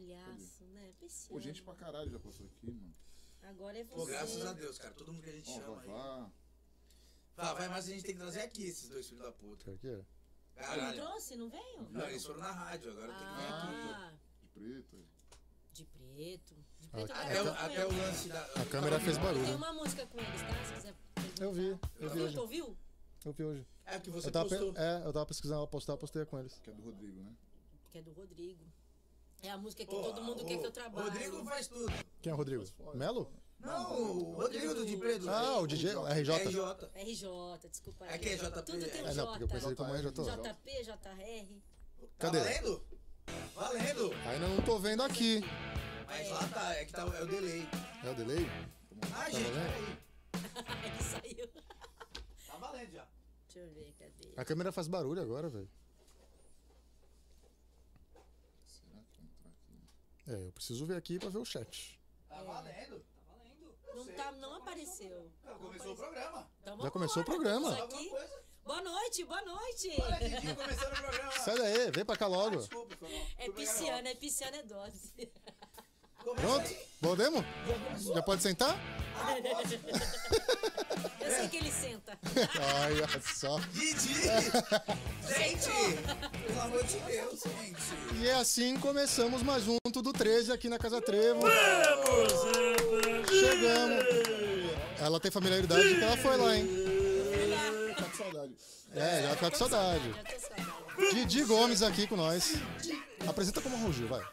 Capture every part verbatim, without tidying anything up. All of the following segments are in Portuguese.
palhaço, né? Pisciano. Pô, gente pra caralho já passou aqui, mano. Agora é você. Pô, graças a Deus, cara. Todo mundo que a gente Ó, chama aí. Vavá. Fala, vai, mas a gente tem que trazer aqui esses dois filhos da puta. Por quê? Não Caralho. trouxe? Não veio? Não, eles foram na rádio, agora tem que vir aqui. Ah, De preto. de preto. De preto Ah, eu Até, o, gravo com até o eles. lance da... A câmera fez Tem barulho. uma música com eles, tá? Se quiser perguntar. Eu vi, eu vi Viu? hoje. Tu ouviu? Eu vi hoje. É que você Eu tava, pe- postou. é, eu tava pesquisando ela postar, eu postei com eles. Que é do Rodrigo, né? Que é do Rodrigo. É a música que Pô, todo mundo o quer que eu trabalhe. Rodrigo faz tudo. Quem é o Rodrigo? Melo? Não, o Rodrigo do de preto. Ah, o D J, o R J. R J. R J, desculpa aí. É que é J P. Tudo tem um É, não, porque eu pensei J. como R J. J P, J R. Tá Cadê? valendo? Valendo. Ainda não tô vendo aqui. Mas lá tá, é que tá, é o delay. É o delay? Ah, gente, valendo? peraí. Ele saiu. Tá valendo já. Deixa eu ver, cadê? A câmera faz barulho agora, velho. Será que vai entrar aqui? É, eu preciso ver aqui pra ver o chat. Tá valendo. Não, tá, não apareceu. Não, começou o programa. Então, Já começou o vambora, programa. estamos Alguma aqui. coisa? Boa noite, boa noite. Olha que dia começando o programa. Sai daí, vem pra cá logo. Desculpa, foi mal. É Fui pegar pisciana, é pisciana, é dose. Começa Pronto? aí. Podemos? Já pode sentar? Eu sei que ele senta. Olha só. Didi! Gente! Pelo amor de Deus, gente! E é assim começamos mais um do treze aqui na Casa Trevo. Chegamos. Ela tem familiaridade que ela foi lá, hein? Tá com saudade. É, já fica com saudade. Já tô saudade. Didi Gomes aqui com nós. Apresenta como Rugil, vai.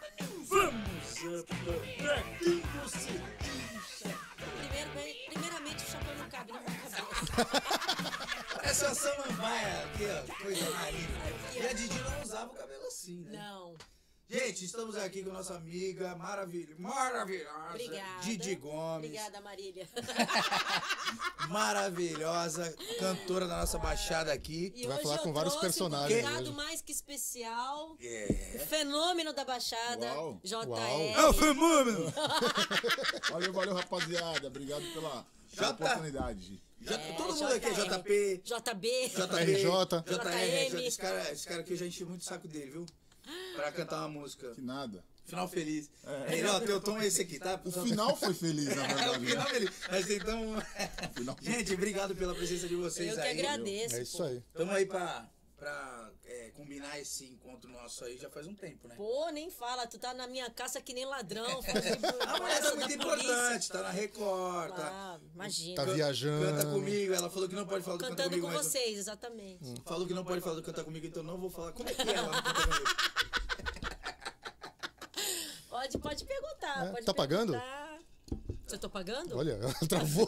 Primeiro, primeiramente, o chapéu não cabe na minha cabeça. Parece uma samambaia aqui, ó. Coisa mais linda. E a Didi não usava o cabelo assim, né? Não. Gente, estamos aqui com nossa amiga maravilhosa, maravilhosa, Obrigada. Didi Gomes. Obrigada, Marília. Maravilhosa, cantora da nossa baixada aqui. E Vai hoje falar eu com vários trouxe personagens um convidado hoje. mais que especial. É. O fenômeno da Baixada, Uau. J Uau. É o R. fenômeno! Valeu, valeu, rapaziada. Obrigado pela, pela Jota. oportunidade. Já- É, todo mundo aqui é J P, J B. J B, R J. J R. M. Esse cara, esse cara aqui eu já enchi muito o saco dele, viu? Pra cantar uma música. Que nada. Final feliz. É. Ei, ó, teu tom é esse aqui, tá? O final foi feliz, na É o verdade. final né? feliz. Mas então. Final- Gente, obrigado pela presença de vocês Eu que aí. agradeço. É isso pô. aí. Estamos aí pra, pra é, combinar esse encontro nosso aí já faz um tempo, né? Pô, nem fala, tu tá na minha caça que nem ladrão. fugindo A mulher da tá muito polícia. importante, tá na Record, tá. Ah, imagina. Tá viajando. Canta comigo, ela falou que não pode falar do Canta Cantando Comigo, com mas vocês, exatamente. falou que não pode falar do Canta Comigo, então não vou falar. Como é que é lá no Canta Comigo? Pode, pode perguntar. É, Pode tá pagando? perguntar. Você tô pagando? Olha, ela travou.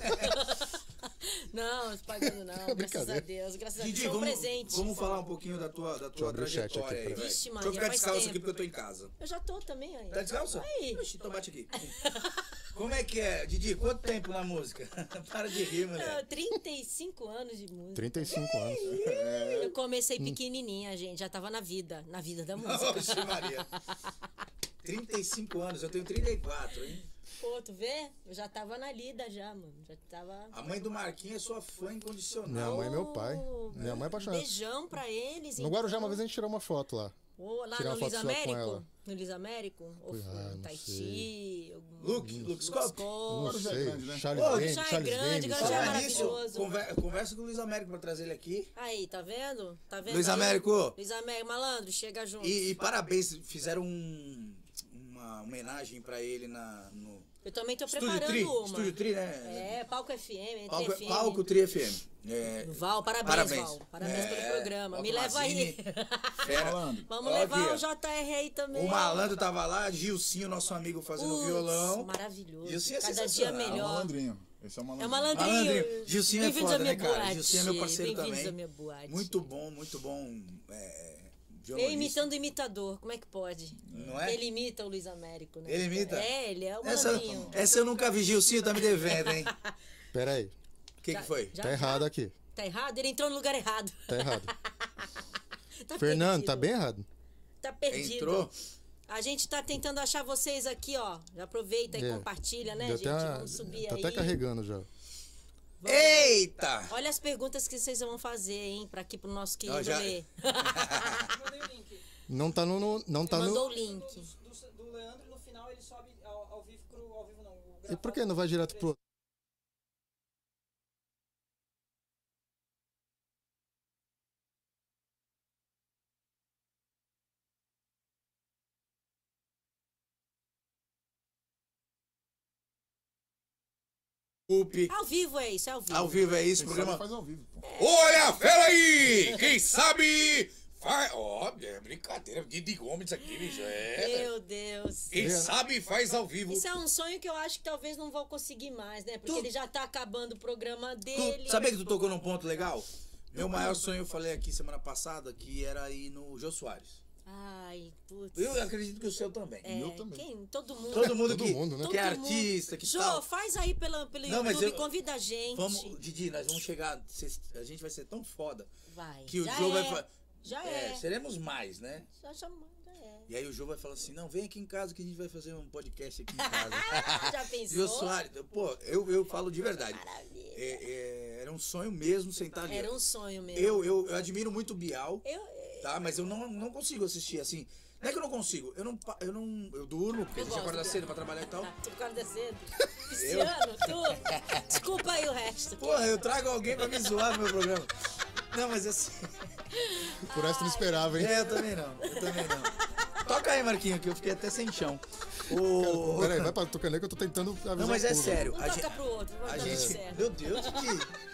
Não, não tô pagando não. Graças a Brincadeira. Deus. Graças a Deus. Didi, Sou um vamos, presente. vamos falar um pouquinho da tua, da tua abrir o chat trajetória aqui, aí, peraí. velho. Vixe, Deixa Maria, eu ficar faz descalço tempo. aqui porque eu tô em casa. Eu já tô também aí. Tá descalço? Aí. Oxi, então bate aqui. Como é que é? Didi, quanto tempo na música? Para de rir, Ah, mulher. trinta e cinco anos de música. trinta e cinco anos. Eu comecei pequenininha, gente. Já tava na vida, na vida da música. Oxi, Maria. trinta e cinco anos, eu tenho trinta e quatro, hein? Pô, tu vê? Eu já tava na lida já, mano. Já tava... A mãe do Marquinhos é sua fã incondicional. Minha mãe e meu pai. Minha mãe é apaixonada. Beijão pra eles. No Guarujá, uma vez a gente tirou uma foto lá. Ô, lá tirar no uma Luiz foto sua com Américo? ela. No Luiz Américo? Ou Pois, foi ah, no não Tahiti? algum- Luke, Luke Scope. Não Guarujá é sei. grande, né? Charles Ô, Vane, já é Charles grande, Vane, Guarujá é sei lá. Falar nisso, maravilhoso. conver- conversa com o Luiz Américo pra trazer ele aqui. Aí, tá vendo? Tá vendo? Luiz aí? Américo. Luiz Américo, malandro, chega junto. E, e parabéns, fizeram um, uma homenagem pra ele na, no Eu também tô Estúdio preparando Tri. uma. Estúdio Tri, né? É, Palco F M, Entre Palco, F M. Palco Tri F M. É, Val, parabéns, Parabéns. Val. Parabéns É, pelo programa. Me Alto leva aí. Mazini. Fera. Falando. Vamos Ó, levar aqui, ó. o J R aí também. O Malandro tava lá, Gilcinho, nosso amigo, fazendo Putz, violão. maravilhoso. Gilcinho é Cada dia sensacional. É o melhor. malandrinho. Esse é o É malandrinho. o malandrinho. Malandrinho. Gilcinho é Bem-vindos foda, à minha né, cara? boate. Gilcinho é meu parceiro Bem-vindos também. à minha boate. Muito bom, muito bom. É, Eu violonista. imitando o imitador, como é que pode? Não é? Ele imita o Luiz Américo, né? Ele imita? É, ele é o Essa, malandrinho. essa eu nunca vi, Gilcinho tá me devendo, hein? Pera aí. O que, que foi? Já- Tá errado aqui. Tá errado? Ele entrou no lugar errado. Tá errado. Tá Fernando, perdido. tá bem errado. Tá perdido. Entrou? A gente tá tentando achar vocês aqui, ó. Já aproveita e É. compartilha, né, Deu gente? até uma- Vamos subir tá aí. até carregando já. Eita! Olha as perguntas que vocês vão fazer, hein, pra aqui pro nosso querido Ó, já- Lê. Mandei o link. Não tá no. no- não tá Mandou no. o link. Do, do, do Leandro e no final ele sobe ao, ao vivo pro. Ao vivo não. o E por gravado que não vai direto pro outro? Up. Ao vivo é isso, é ao vivo. Ao vivo é isso, Quem programa. sabe faz ao vivo, pô. Olha, fera aí! Quem sabe faz. Ó, é brincadeira. Didi Gomes aqui, bicho. É. Meu Deus. Quem sabe faz ao vivo. Isso é um sonho que eu acho que talvez não vou conseguir mais, né? Porque Tu- ele já tá acabando o programa Tu, dele. sabia que tu tocou num ponto legal? Meu maior sonho, eu falei aqui semana passada, que era ir no Jô Soares. Ai, putz. Eu acredito que o seu também. É, eu também. Quem? Todo mundo. Todo mundo Todo que, mundo, né? que é Todo mundo. artista, que Jô, tal. faz aí pela, pelo Não, mas YouTube, eu- convida a gente. Vamos, Didi, nós vamos chegar. cês- A gente vai ser tão foda Vai. que o já Jô é. vai falar. Já É, é. seremos mais, né? Já chamou, já é. E aí o Jô vai falar assim: não, vem aqui em casa que a gente vai fazer um podcast aqui em casa. Já pensou? Jô Soares, pô, eu, eu falo de verdade. Maravilha. É, é, era um sonho mesmo sentar ali. Era um sonho mesmo. Eu, eu, eu admiro muito o Bial, Eu, tá? Mas eu não, não consigo assistir assim. Não é que eu não consigo, eu não, pa- eu não, eu durmo, porque a Eu gente gosto, acorda Bial. cedo pra trabalhar e tal. Ah, tu acorda cedo. Pisciano, tu. Desculpa aí o resto. Porra, eu trago alguém pra me zoar no meu programa. Não, mas assim, Por essa tu não esperava, hein? é, eu também não, eu também não. Toca aí, Marquinhos, que eu fiquei até sem chão. O... Peraí, vai pra Tucané que eu tô tentando avisar Não, mas o é público. sério, Um a toca gente, pro outro, vai a dar gente, tudo certo. meu Deus, que...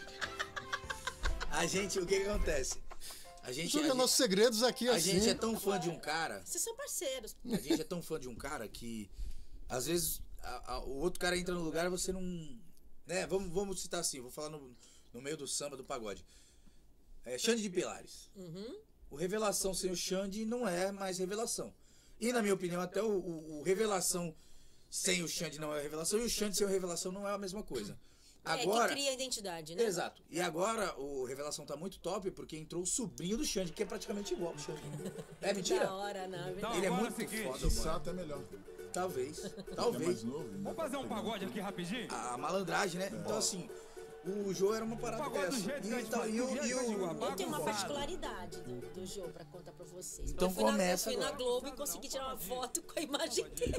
A gente, o que que acontece? A gente, a Joga gente, nossos segredos aqui a assim. gente é tão fã de um cara, Vocês são parceiros. a gente é tão fã de um cara que às vezes a- a- o outro cara entra no lugar e você não, né? Vamos, vamos citar assim, vou falar no, no meio do samba, do pagode. É, Xande de Pilares. Uhum. O Revelação sem o Xande não é mais Revelação. E na minha opinião até o, o- o Revelação sem o Xande não é Revelação e o Xande sem o Revelação não é a mesma coisa. É, Agora, que cria a identidade, né? exato. E agora o Revelação tá muito top porque entrou o sobrinho do Xande, que é praticamente igual ao Xande. É mentira? Da hora, não. é verdade. Ele é Agora muito é o seguinte, foda, Quiçá mano. até melhor. Talvez. Ele é Talvez. mais novo. ainda Vamos fazer tá um pegando. pagode aqui rapidinho? A malandragem, né? Então assim, o Jô era uma parada Pagode do dessa. jeito que a E, gente tal, faz, e, o, do e, jeito que a gente o, gosta. Eu tenho uma Bagunçado. particularidade do, do jogo pra contar pra vocês. Então eu fui na, começa eu fui na agora. Globo e consegui tirar uma foto com a imagem dele.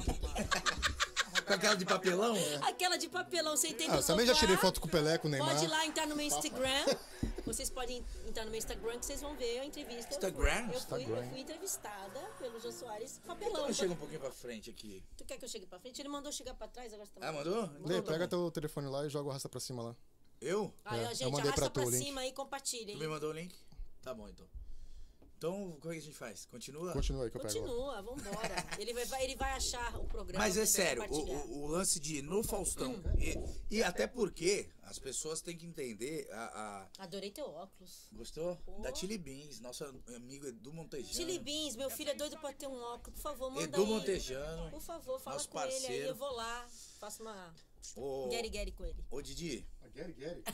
com aquela de papelão, Aquela de papelão, sentei no Ah, eu também já sofá. tirei foto com o Pelé, com o Neymar. Pode ir lá entrar no meu Instagram. Vocês podem entrar no meu Instagram que vocês vão ver a entrevista. Instagram? Eu fui, eu Instagram. fui entrevistada pelo Jô Soares. então Papelão. chega um pouquinho pra frente aqui. Tu quer que eu chegue pra frente? Ele mandou chegar pra trás, agora você tá Ah, mandou? Lê, Então tá pega bom. teu telefone lá e joga o arrasta pra cima lá. Eu? Aí, É, ó, eu gente, mandei pra arrasta tu pra o link. cima aí e compartilha, Tu me hein? mandou o link? Tá bom, então. Então, como é que a gente faz? Continua? Continua aí que eu pego. lá. Continua, vambora. Ele vai, vai- ele vai achar o programa. Mas é pra sério, compartilhar. o, o- o lance de ir no Faustão. E, e até porque as pessoas têm que entender a. a- Adorei teu óculos. gostou? Pô. Da Chili Beans, nosso amigo Edu Montejano. Chili Beans, meu filho é doido pra ter um óculos. Por favor, manda Edu aí. Montejano. Por favor, fala Nosso com ele aí. parceiro. Eu vou lá, faço uma Ô, gueri-gueri com ele. ô Didi, A Gary, Gary.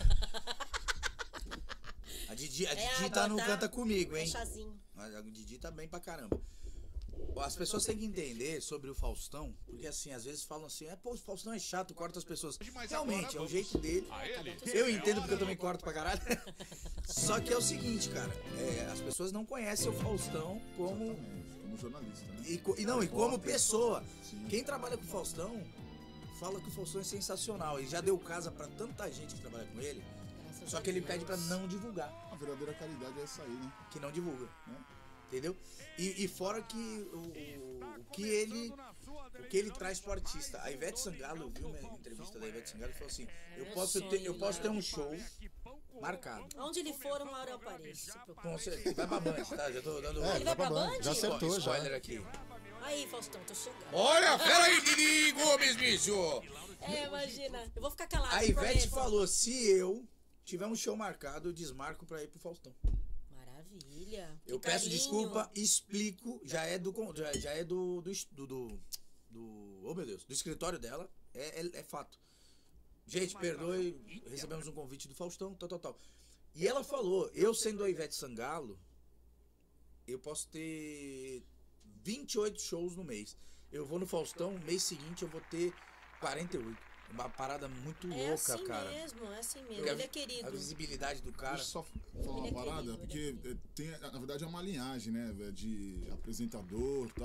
a Didi, a É Didi água, tá no tá? Canta Comigo, É hein? chazinho. Mas a Didi tá bem pra caramba. As pessoas têm que entender sobre o Faustão, porque assim, às vezes falam assim, é, pô, o Faustão é chato, corta as pessoas. Realmente, é o jeito dele. Eu entendo porque eu também corto pra caralho. Só que é o seguinte, cara, é, as pessoas não conhecem o Faustão como. Exatamente, como jornalista, né? E, co- e não, e como pessoa. Sim. Quem trabalha com o Faustão fala que o Faustão é sensacional. E já deu casa pra tanta gente que trabalha com ele. Graças Só a que ele Deus. pede pra não divulgar. A verdadeira caridade é essa aí, né? Que não divulga. Né? Entendeu? E, e fora que o, o, o que ele o que ele traz pro artista. A Ivete Sangalo, eu vi uma entrevista da Ivete Sangalo e falou assim: eu posso ter, eu posso ter um show marcado. Onde ele for, uma hora eu apareço. Se preocupa. Com certeza. Vai pra Band, tá? Já tô dando É, Ele vai pra Band? Já acertou, já. spoiler aqui. Aí, Faustão, tô chegando. Olha, fera aí, Didi Gomes, bicho. É, imagina. Eu vou ficar calado. A Ivete prometo. falou: se eu tiver um show marcado, eu desmarco pra ir pro Faustão. Maravilha. Eu Que peço carinho. desculpa, explico, já é do con- já, já é do do, do do do- oh meu Deus, do escritório dela, é, é, é fato. Gente, perdoe, recebemos um convite do Faustão, tal, tal, tal. E ela falou, eu sendo a Ivete Sangalo, eu posso ter vinte e oito shows no mês. Eu vou no Faustão, mês seguinte eu vou ter quarenta e oito. Uma parada muito É louca, assim cara. mesmo, é assim mesmo. Porque a Ele é vi- querido. A visibilidade do cara. Deixa eu só falar uma Ele é parada, querido, porque ele é eh, tem, na verdade é uma linhagem, né, velho, de apresentador e tal.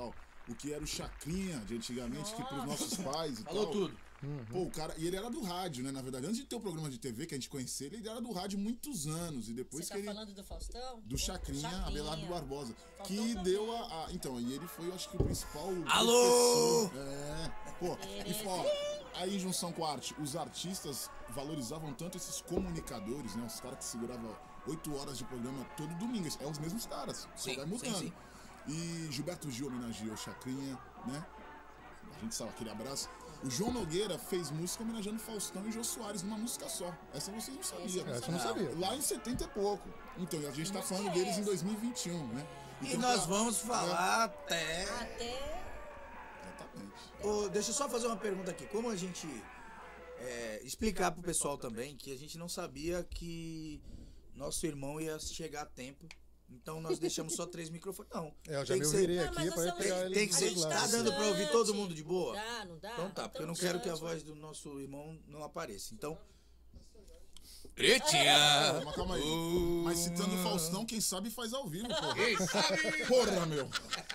o que era o Chacrinha de antigamente, que pros nossos pais e Falou tal. tudo. Pô, o cara. E ele era do rádio, né? Na verdade, antes de ter o programa de T V que a gente conhecia, ele era do rádio muitos anos. E depois Você que tá ele. falando do Faustão? Do Chacrinha, Chacrinha. Abelardo Barbosa. Faustão Que também. deu a, a- Então, e ele foi, eu acho que o principal. Alô! professor. É. Pô, e fala, aí em junção com a arte, os artistas valorizavam tanto esses comunicadores, né? Os caras que seguravam oito horas de programa todo domingo. É os mesmos caras, Sim, só vai mudando. sim, sim. E Gilberto Gil homenageou o Chacrinha, né? A gente sabe, aquele abraço. O João Nogueira fez música homenageando Faustão e Jô Soares numa música só. Essa vocês não sabiam. Essa eu não sabia. Lá em setenta e pouco. Então, e a gente tá falando deles em dois mil e vinte e um, né? E Então, nós pra- vamos falar até... Até. Exatamente. Ô, deixa eu só fazer uma pergunta aqui. Como a gente é, explicar pro pessoal também que a gente não sabia que nosso irmão ia chegar a tempo. Então nós deixamos só três microfones. Não. É, eu já Tem me que ser- virei Não, aqui mas pra nós eu pegar somos- ele Tem que dos ser. dois A gente Tá lados. dando pra ouvir todo mundo de boa? Dá, não dá? Então tá, porque eu não quero que a distante. voz do nosso irmão não apareça. Então, Pretinha. Calma, calma aí. Uh, Mas citando o Faustão, quem sabe faz ao vivo, porra. Quem sabe? Porra, meu.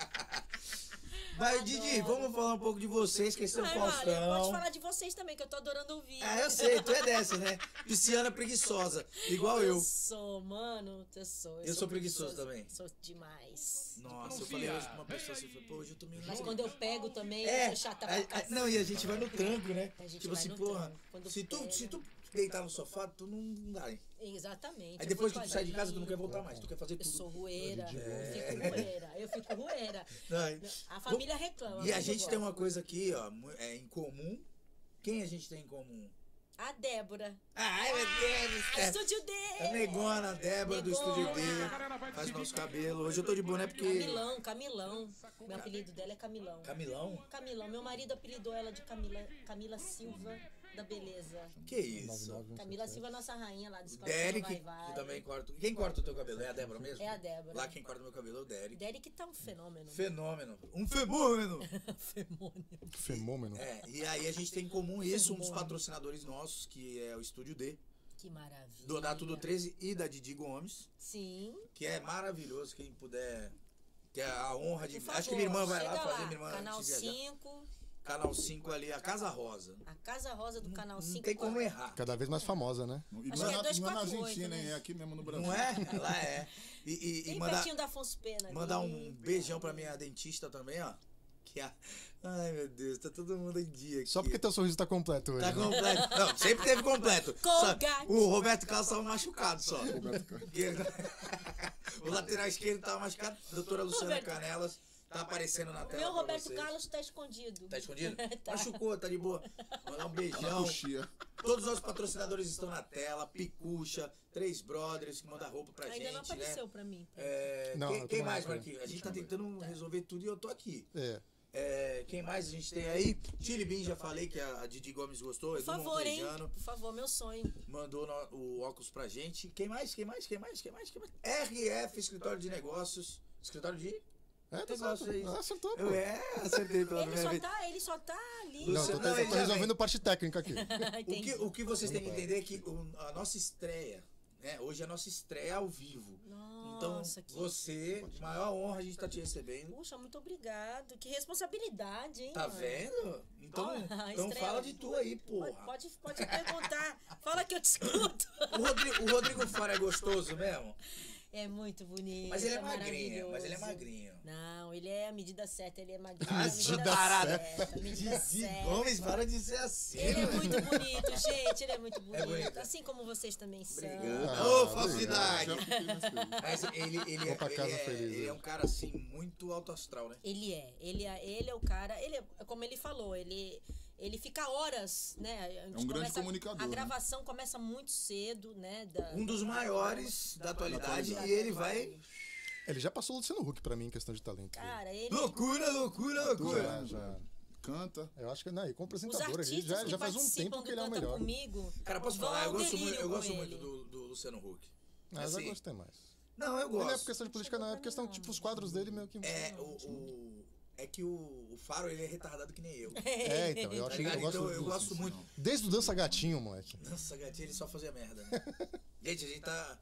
vai, Didi, vamos falar um pouco de vocês, que esse é o Ai, olha, pode Faustão. falar de vocês também, que eu tô adorando ouvir. Ah, eu sei, tu é dessa, né? Pisciana preguiçosa, igual eu. sou, mano. Eu sou. Eu sou preguiçoso também. Sou demais. Nossa, eu falei hoje pra uma pessoa assim, falei, pô, hoje eu tô meio Mas louco. quando eu pego também, É, eu sou chata pra a- a- cacete. não, e a gente vai no tranco, né? A gente Tipo vai assim, no porra, tranco. Quando se tu, pega. se tu deitar no sofá, tu não dá, hein? Exatamente. Aí eu depois que fico tu sai de ali, casa, tu não quer voltar mais, tu quer fazer Eu tudo. sou rueira, eu fico rueira, eu fico rueira. Não, A família reclama. e a mas eu gente tem uma gosto. coisa aqui, ó, mu- é, em comum. Quem a gente tem em comum? A Débora. Ai, meu Deus! A É, estúdio D. a negona, a Débora do Estúdio D. Negona. Faz nosso cabelo. Hoje eu tô de boné porque... Camilão, Camilão. Meu apelido dela é Camilão. Camilão? Camilão. Meu marido apelidou ela de Camila, Camila Silva da Beleza. Que isso? Camila Silva é nossa rainha lá do Escola Derek, Vai Vai. que também corta... Quem corta o teu cabelo? É a Débora mesmo? É a Débora. Lá quem corta o meu cabelo é o Derek. Derek tá um fenômeno. Fenômeno. Um fenômeno! Fenômeno. Fenômeno. É, e aí a gente tem em comum isso, um dos patrocinadores nossos, que é o Estúdio D, Que maravilha. do Natudo treze e da Didi Gomes, Sim. que é maravilhoso, quem puder ter a honra de... Por favor, Acho que minha irmã vai lá chega fazer, minha irmã Canal antes de viajar. cinco. Canal cinco ali, a Casa Rosa. A Casa Rosa do Canal cinco. Não tem como errar. Cada vez mais famosa, né? E Acho não que é, é na, dois não é na quatro oito, Argentina, né? hein? É aqui mesmo no Brasil. Não é? Ela é. E, e, e Bem mandar, pertinho da Afonso Pena. ali. mandar um beijão pra minha dentista também, ó. Que é a... Ai, meu Deus, tá todo mundo em dia aqui. Só porque teu sorriso tá completo hoje. Tá né? completo. Não, sempre teve completo. Colgate. Só- O Roberto Carlos tava machucado só. Porque- o lateral esquerdo tava machucado. Doutora Luciana Roberto. Canelas tá aparecendo na O tela. meu pra Roberto vocês. Carlos tá escondido. Tá escondido? Tá. Machucou, tá de boa. Mandar um beijão. Coxia. Todos os nossos patrocinadores estão na tela. Picucha, Três Brothers, que manda roupa pra Ainda gente, não apareceu né? pra mim. É, Não, quem eu tô quem mais mais, pra- Marquinhos? A gente tá tentando resolver tudo e eu tô aqui. É. É, quem mais a gente tem aí? Chili Bean, já falei que a a Didi Gomes gostou. Por Edu favor, hein? Montejano Por favor, meu sonho. mandou no- o óculos pra gente. Quem mais? Quem mais? Quem mais? Quem mais? Quem mais? R F, Escritório de Negócios. Escritório de É, tá Negócios aí. certo. Ah, acertou, pô. Eu é, acertei pela Ele primeira só vez. tá, ele só tá ali. Não, Você- tô, não, tô- ele tô já resolvendo parte técnica aqui. O que, o que vocês têm que entender é que o- a nossa estreia, né? Hoje é a nossa estreia ao vivo. Nossa, Então, que... você, maior honra a gente tá te recebendo. Puxa, muito obrigado. Que responsabilidade, hein? Tá mano? vendo? Então, Olha, então estreia fala ao de vivo. tu aí, Pode, porra. pode, pode perguntar. Fala que eu te escuto. O Rodrigo, o Rodrigo Faro é gostoso mesmo? É muito bonito. Mas ele é magrinho, mas ele é maravilhoso. magrinho. Não, ele é a medida certa, ele é magrinho. Ah, a medida medida certa. a medida Didi certa. Gomes, para de ser assim. Ele é muito bonito, gente. Ele é muito bonito. bonito. Assim como vocês também são. Obrigado. Ah, Ô, obrigado. falsidade! Já fiquei mais feliz. Mas ele, ele, Vou é, pra ele, casa é, feliz, ele é né? um cara assim, muito alto astral, né? Ele é. Ele é, ele é o cara. Ele é, como ele falou, ele, ele fica horas, né? A gente É um grande começa- comunicador, A né? gravação começa muito cedo, né? Da, Um dos maiores da atualidade Da e ele vai. Ele já passou o Luciano Huck pra mim em questão de talento. Cara, ele. Loucura, loucura, loucura! Já, já. Canta. Eu acho que não, e como Os apresentador, ele artistas já, que já faz um participam tempo do que ele é o Canta melhor. Comigo. Cara, posso vão falar? Eu ao gosto muito, delírio eu com gosto muito ele. do, do Luciano Huck. Ah, eu já Assim, gostei mais. Não, eu Não é por gosto. questão de política, não. É por questão, tipo, os quadros dele meio que... É, o, o- é que o, o Faro, ele é retardado que nem eu. É, então, eu, Tá achei, ligado? eu gosto... Então eu gosto muito. Desde o Dança Gatinho, moleque. Nossa, gatinho, ele só fazia merda, né? Gente, a gente tá,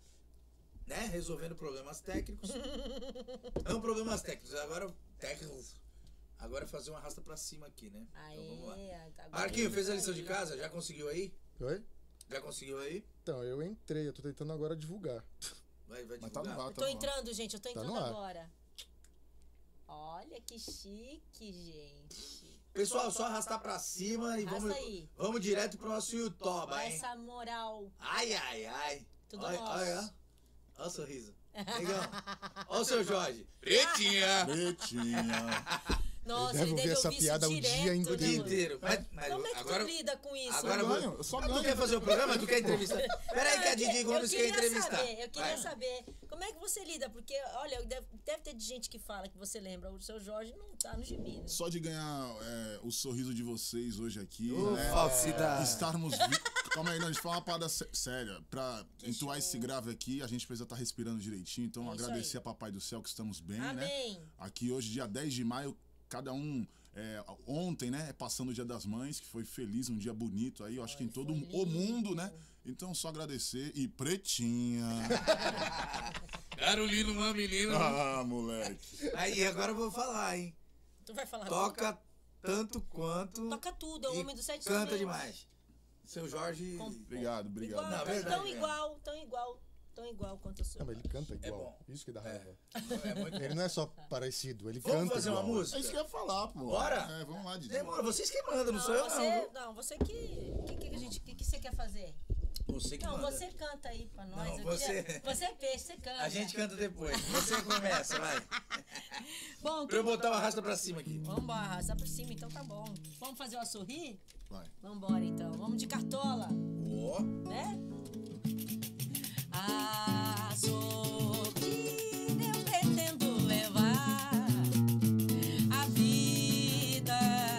né, resolvendo problemas técnicos. Não problemas técnicos, agora técnicos. Agora é fazer um arrasta pra cima aqui, né? Aê, Então vamos lá. agora Marquinhos, fez a aí. lição de casa? Já conseguiu aí? Oi? Já conseguiu aí? Então, eu entrei, eu tô tentando agora divulgar. Vai, vai Mas tá divulgar. no ar, Eu tá tô no ar. entrando, gente, eu tô Tá entrando no ar. agora. Olha que chique, gente. Pessoal, só arrastar pra cima e Arrasta vamos, aí. vamos direto pro nosso YouTube, Dá hein? essa moral. Ai, ai, ai. Tudo olha, nosso. olha, olha o sorriso. Legal. Olha o seu Jorge. Pretinha. Pretinha. Nossa, deve ele ouvir deve essa ouvir piada isso um dia direto, ainda O né, dia mano? inteiro. Mas, mas Como é que agora, tu lida com isso? agora Eu vou- ganho, eu só Ah, tu ganho. quer fazer o programa? Tu quer entrevistar? Pera aí que a Didi Gomes eu quer queria entrevistar. Saber, eu queria Vai. saber como é que você lida, porque, olha, deve, deve ter gente que fala que você lembra, o seu Jorge não tá no gibi, né? Só de ganhar é, o sorriso de vocês hoje aqui, Ô, né? falsidade. Estarmos... Vi... Calma aí, não, a gente fala uma parada sé- séria. Pra entoar esse grave aqui, a gente precisa estar respirando direitinho. Então, É isso agradecer aí. a Papai do Céu que estamos bem, né? Amém. Aqui hoje, dia dez de maio, cada um... é, ontem, né, passando o Dia das Mães, que foi feliz, um dia bonito aí, eu acho que em todo foi o mundo, né? Então, só agradecer. E pretinha. Carolina, uma menina. Ah, moleque. Aí, agora eu vou falar, hein? Tu vai falar Toca tanto quanto. Toca tudo, é o e homem dos sete Canta instrumentos. demais. Seu Jorge. Com- Obrigado, obrigado. Igual, Não, tão, verdade tão mesmo. igual, tão igual, tão igual quanto o seu. Não, mas ele canta igual. bom. Isso que dá raiva. É muito Ele não é só parecido, ele Vamos canta fazer uma igual. música? É isso que eu ia falar, pô. Bora? É, vamos lá, Didi. Demora, vocês que mandam, não, sou eu você, não. viu? não, você que. O que, que, a gente- que, que você quer fazer? Você que Não, manda. você canta aí pra nós. Não, eu você- queria- você é peixe, você canta. A gente canta depois. Você começa, vai. Bom, Pra eu botar o arrasta pra cima aqui. vamos embora, arrasta por cima, então tá bom. Vamos fazer o sorrir? Vai. Vamos embora então. Vamos de cartola, Ó. né? A sorrir eu pretendo levar a vida,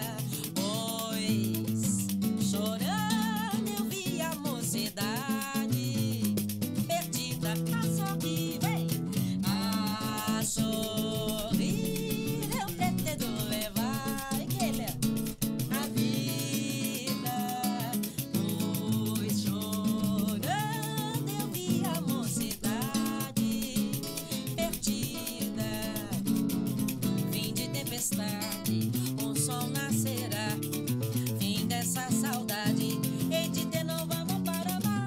pois chorando eu vi a mocidade perdida. A sorrir, vem! A sorrir eu pretendo levar a vida, pois chorando eu vi a mocidade perdida. Fim de tempestade, um sol nascerá. Fim dessa saudade, hei de ter novo amor para amar.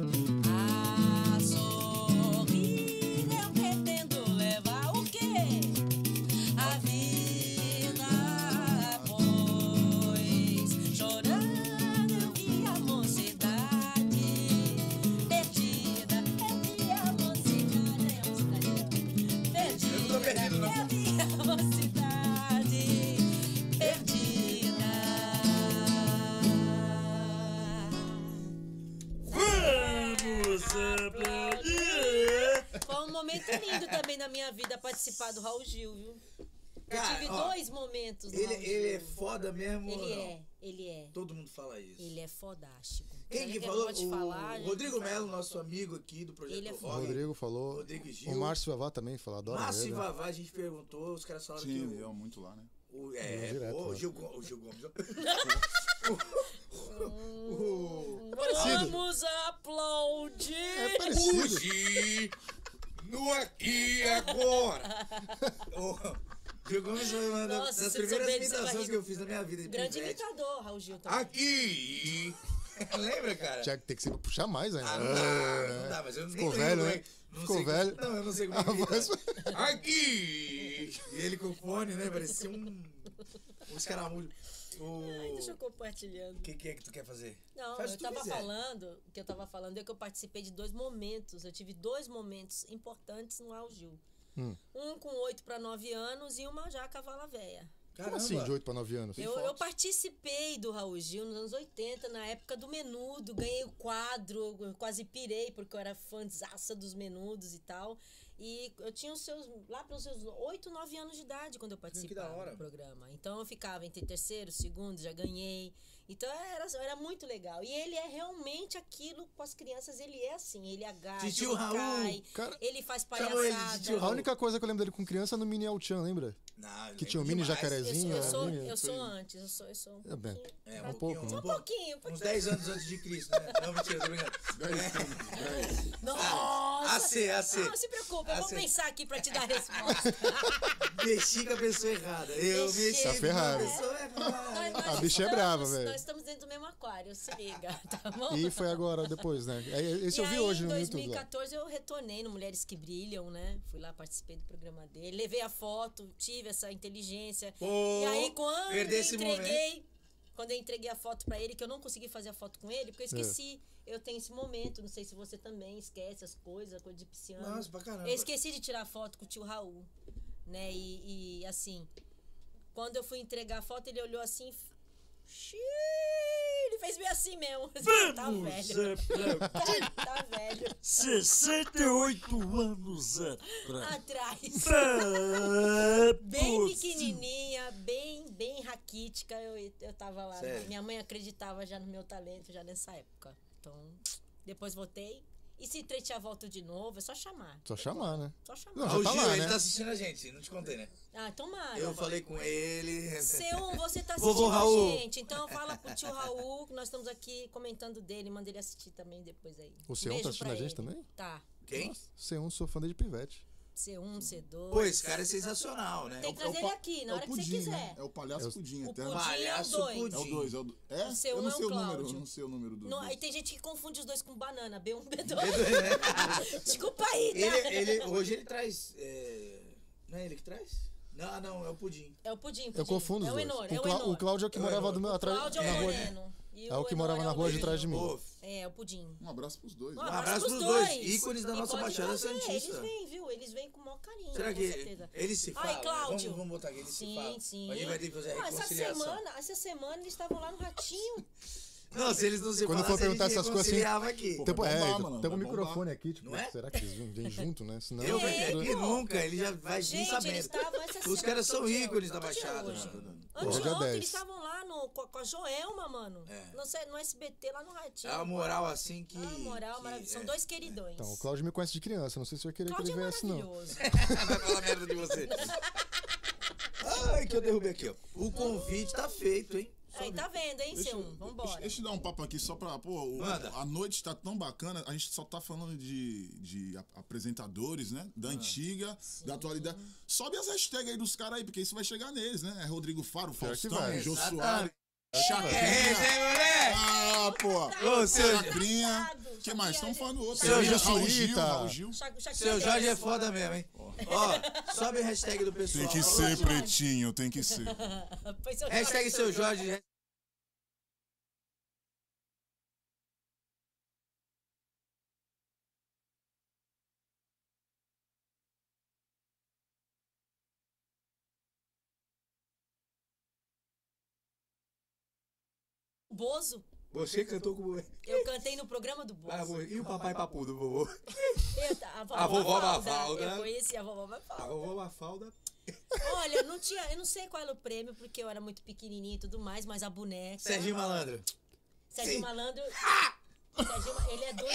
A sorrir eu pretendo levar o quê? A vida, pois chorando eu vi a mocidade perdida. Eu vi a mocidade, a mocidade perdida. Eu não tô perdido, não. Eu vi a mocidade perdida. Vamos aplaudir! Foi um momento lindo também na minha vida participar do Raul Gil, viu? Eu Cara, tive ó, dois momentos do Ele, Raul Gil. ele é foda mesmo ou Ele não? é, ele é. Todo mundo fala isso. Ele é fodástico. Quem Olha que eu falou? vou te O falar, gente. Rodrigo Melo, nosso amigo aqui do Projeto Ele é O foda. Rock. Rodrigo falou. Rodrigo e Gil. O Márcio Vavá também falou, adoro Márcio e ele. Vavá, a gente perguntou, os caras falaram Sim, que ele o, é muito lá, né? o, é, Direto, o, né? Gil, Go- o Gil Gomes. parecido. Vamos aplaudir. É parecido. Hoje, no aqui e agora. O Gil Gomes foi uma das, Nossa, das se primeiras souber disso, imitações vai rir. que eu fiz na minha vida. De Grande pivete. imitador, Raul Gil também. Aqui. Lembra, cara? Tinha que ter que se puxar mais ainda. Ah, não dá, não dá, mas eu nem Ficou lembro, velho, né? hein? Não Ficou sei- velho. Não, eu não sei como A é que voz tá. foi- Aqui. E ele com o fone, né? Parecia um. Um escaramujo. Ai, deixa eu O compartilhando. que, que é que tu quer fazer? Não, Faz o eu que tu tava quiser. falando, o que eu tava falando é que eu participei de dois momentos. Eu tive dois momentos importantes no Raul Gil. Hum. Um com oito para nove anos e uma já cavala véia. Como assim, de oito para nove anos? Eu, eu participei do Raul Gil nos anos oitenta, na época do Menudo, ganhei o quadro, eu quase pirei, porque eu era fãzaça dos Menudos e tal. E eu tinha os seus, lá pelos seus oito, nove anos de idade quando eu participava hora. do programa. Então eu ficava entre terceiro, segundo, já ganhei. Então era, era muito legal. E ele é realmente aquilo com as crianças, ele é assim, ele agacha, Titio ele Raul. cai, Cara, ele faz chamou ele de palhaçada. titio A única coisa que eu lembro dele com criança é no Mini El-Chan, lembra? Não, Que tinha o lembro mini demais. Eu, jacarezinho. eu sou, né? eu sou antes, eu sou, eu sou um É bem. pouquinho. É, Um um, pouco, pouquinho, Só um um pouco. pouquinho, um pouquinho. Uns dez anos antes de Cristo, né? Não, mentira, tô brincando. Nossa! A C, A C. Não, se preocupa. Eu vou Acer- pensar aqui pra te dar a resposta. Mexi com a pessoa errada. Eu Mexi. mexi Tá com a ferrado. pessoa Nós- errada. nós A bicha é estamos- brava, velho. Nós estamos dentro do mesmo aquário, se liga, tá bom? E foi agora, depois, né? É, Esse E eu vi aí, hoje em no dois YouTube. mil e lá. quatorze eu retornei no Mulheres que Brilham, né? Fui lá, participei do programa dele, levei a foto, tive essa inteligência. Pô, e aí quando perder eu esse entreguei, quando eu entreguei a foto pra ele, que eu não consegui fazer a foto com ele, porque eu esqueci. Eu tenho esse momento, não sei se você também esquece as coisas, coisa de pisciano. Nossa, pra caramba. Eu esqueci de tirar foto com o tio Raul, né? E, e, assim, quando eu fui entregar a foto, ele olhou assim. Xiii, ele fez bem assim mesmo. Tá velho. Tá, tá velho. sessenta e oito anos atrás. Atrás. Pra Bem você. pequenininha, bem, bem raquítica. Eu, eu tava lá. Sério? Minha mãe acreditava já no meu talento, já nessa época. Então, depois voltei. E se tretear volto de novo, é só chamar. Só chamar, né? Só chamar. Não, Ah, já o tá Gil, lá, ele né? tá assistindo a gente, não te contei, né? Ah, tomara. Eu falei com ele. C um, você tá Vovô assistindo a Raul. gente. Então fala pro tio Raul que nós estamos aqui comentando dele. Manda ele assistir também depois aí. O C um Beijo tá assistindo pra a gente ele. também? Tá. Quem? C um, sou fã desde pivete. C um, C dois. Pô, esse cara é sensacional, né? Tem que É o trazer pa- ele aqui, na é o hora que você pudim, quiser. né? É o palhaço É o- pudim, O eterno. pudim é o Palhaço dois. pudim. É o dois, é o do... É? O seu eu um não é o sei o número, Cláudio. eu não sei o número do... Não, dois. aí tem gente que confunde os dois com banana. B um, B dois. Desculpa aí, tá? Ele, ele, hoje ele traz. é, Não é ele que traz? Não, não, é o pudim. É o pudim, pudim. Eu confundo É os o dois. Enor, o, é o Clá- Enor. o Cláudio é o que É o morava Enor. do meu, O atrás, Cláudio é na o rua. moreno. E É o que Enor morava na o rua de loirinho. trás de mim. Pô, É, o pudim. Um abraço pros dois. Um né? abraço pros pros dois, ícones da E nossa pode Baixada trazer, Santista. Eles vêm, viu? Eles vêm com o maior carinho, será com que certeza. eles se Ai, falam? Cláudio. Vamos, vamos botar aqui, eles se Sim, falam. sim. A gente vai ter que fazer a Não, essa reconciliação. semana, essa semana eles estavam lá no Ratinho. Não, se eles não se Quando falassem, for perguntar a gente essas coisas assim- reconciliava aqui. Pô, Tem, vai é, bombar, então, mano, tem um vai bombar. microfone aqui, tipo, Não é? será que eles vêm, vêm junto, né? Senão, Eu venho É, aqui pô. nunca, ele já vai vir Gente, sabendo. eles estavam essa Os semana. caras são que dia? ícones da Que dia é Baixada, hoje? mano. Hoje é Anteontem dez. eles estavam lá no, com, a- com a Joelma, mano. É. No, C- no S B T, lá no Ratinho. É uma moral assim que. Ah, moral, que maravilhoso. São é. dois queridões. Então, o Cláudio me conhece de criança, não sei se vai querer Cláudio que ele é viesse, não. maravilhoso. Vai falar merda de você. Ai, que eu derrubei aqui, ó. O convite tá feito, hein? Aí, tá vendo, hein, Deixa, C um? eu- Vambora. deixa, deixa eu dar um papo aqui só pra. Pô, o- Manda. a noite tá tão bacana, a gente só tá falando de, de a- apresentadores, né? Da antiga, da atualidade. Sobe as hashtags aí dos caras aí, porque isso vai chegar neles, né? É Rodrigo Faro, Pior que Faustão, vai. Jô Exatamente. Soares, É, Chacrinha. Zé, moleque! Ah, pô! Ô, seu, Chacrinha. O que mais? Estamos falando outro. Seu Raul Jesuíta. Gil, Raul Gil. Cha- Cha- seu Cha- Jorge é foda mesmo, hein? Ó, sobe a hashtag do pessoal. Tem que ser pretinho, tem que ser. Foi seu Hashtag seu Jorge. Bozo. Você cantou com o. Eu cantei no programa do Ah, Bozo. e o papai papu do vovô? Eu- a vovó, A vovó Mafalda. Mafalda. Eu conheci a vovó A Mafalda. vovó Mafalda. Olha, não tinha, eu não sei qual era o prêmio, porque eu era muito pequenininha e tudo mais, mas a boneca... Serginho Malandro. Serginho Sim. Malandro... Serginho, Ma- ele é doido.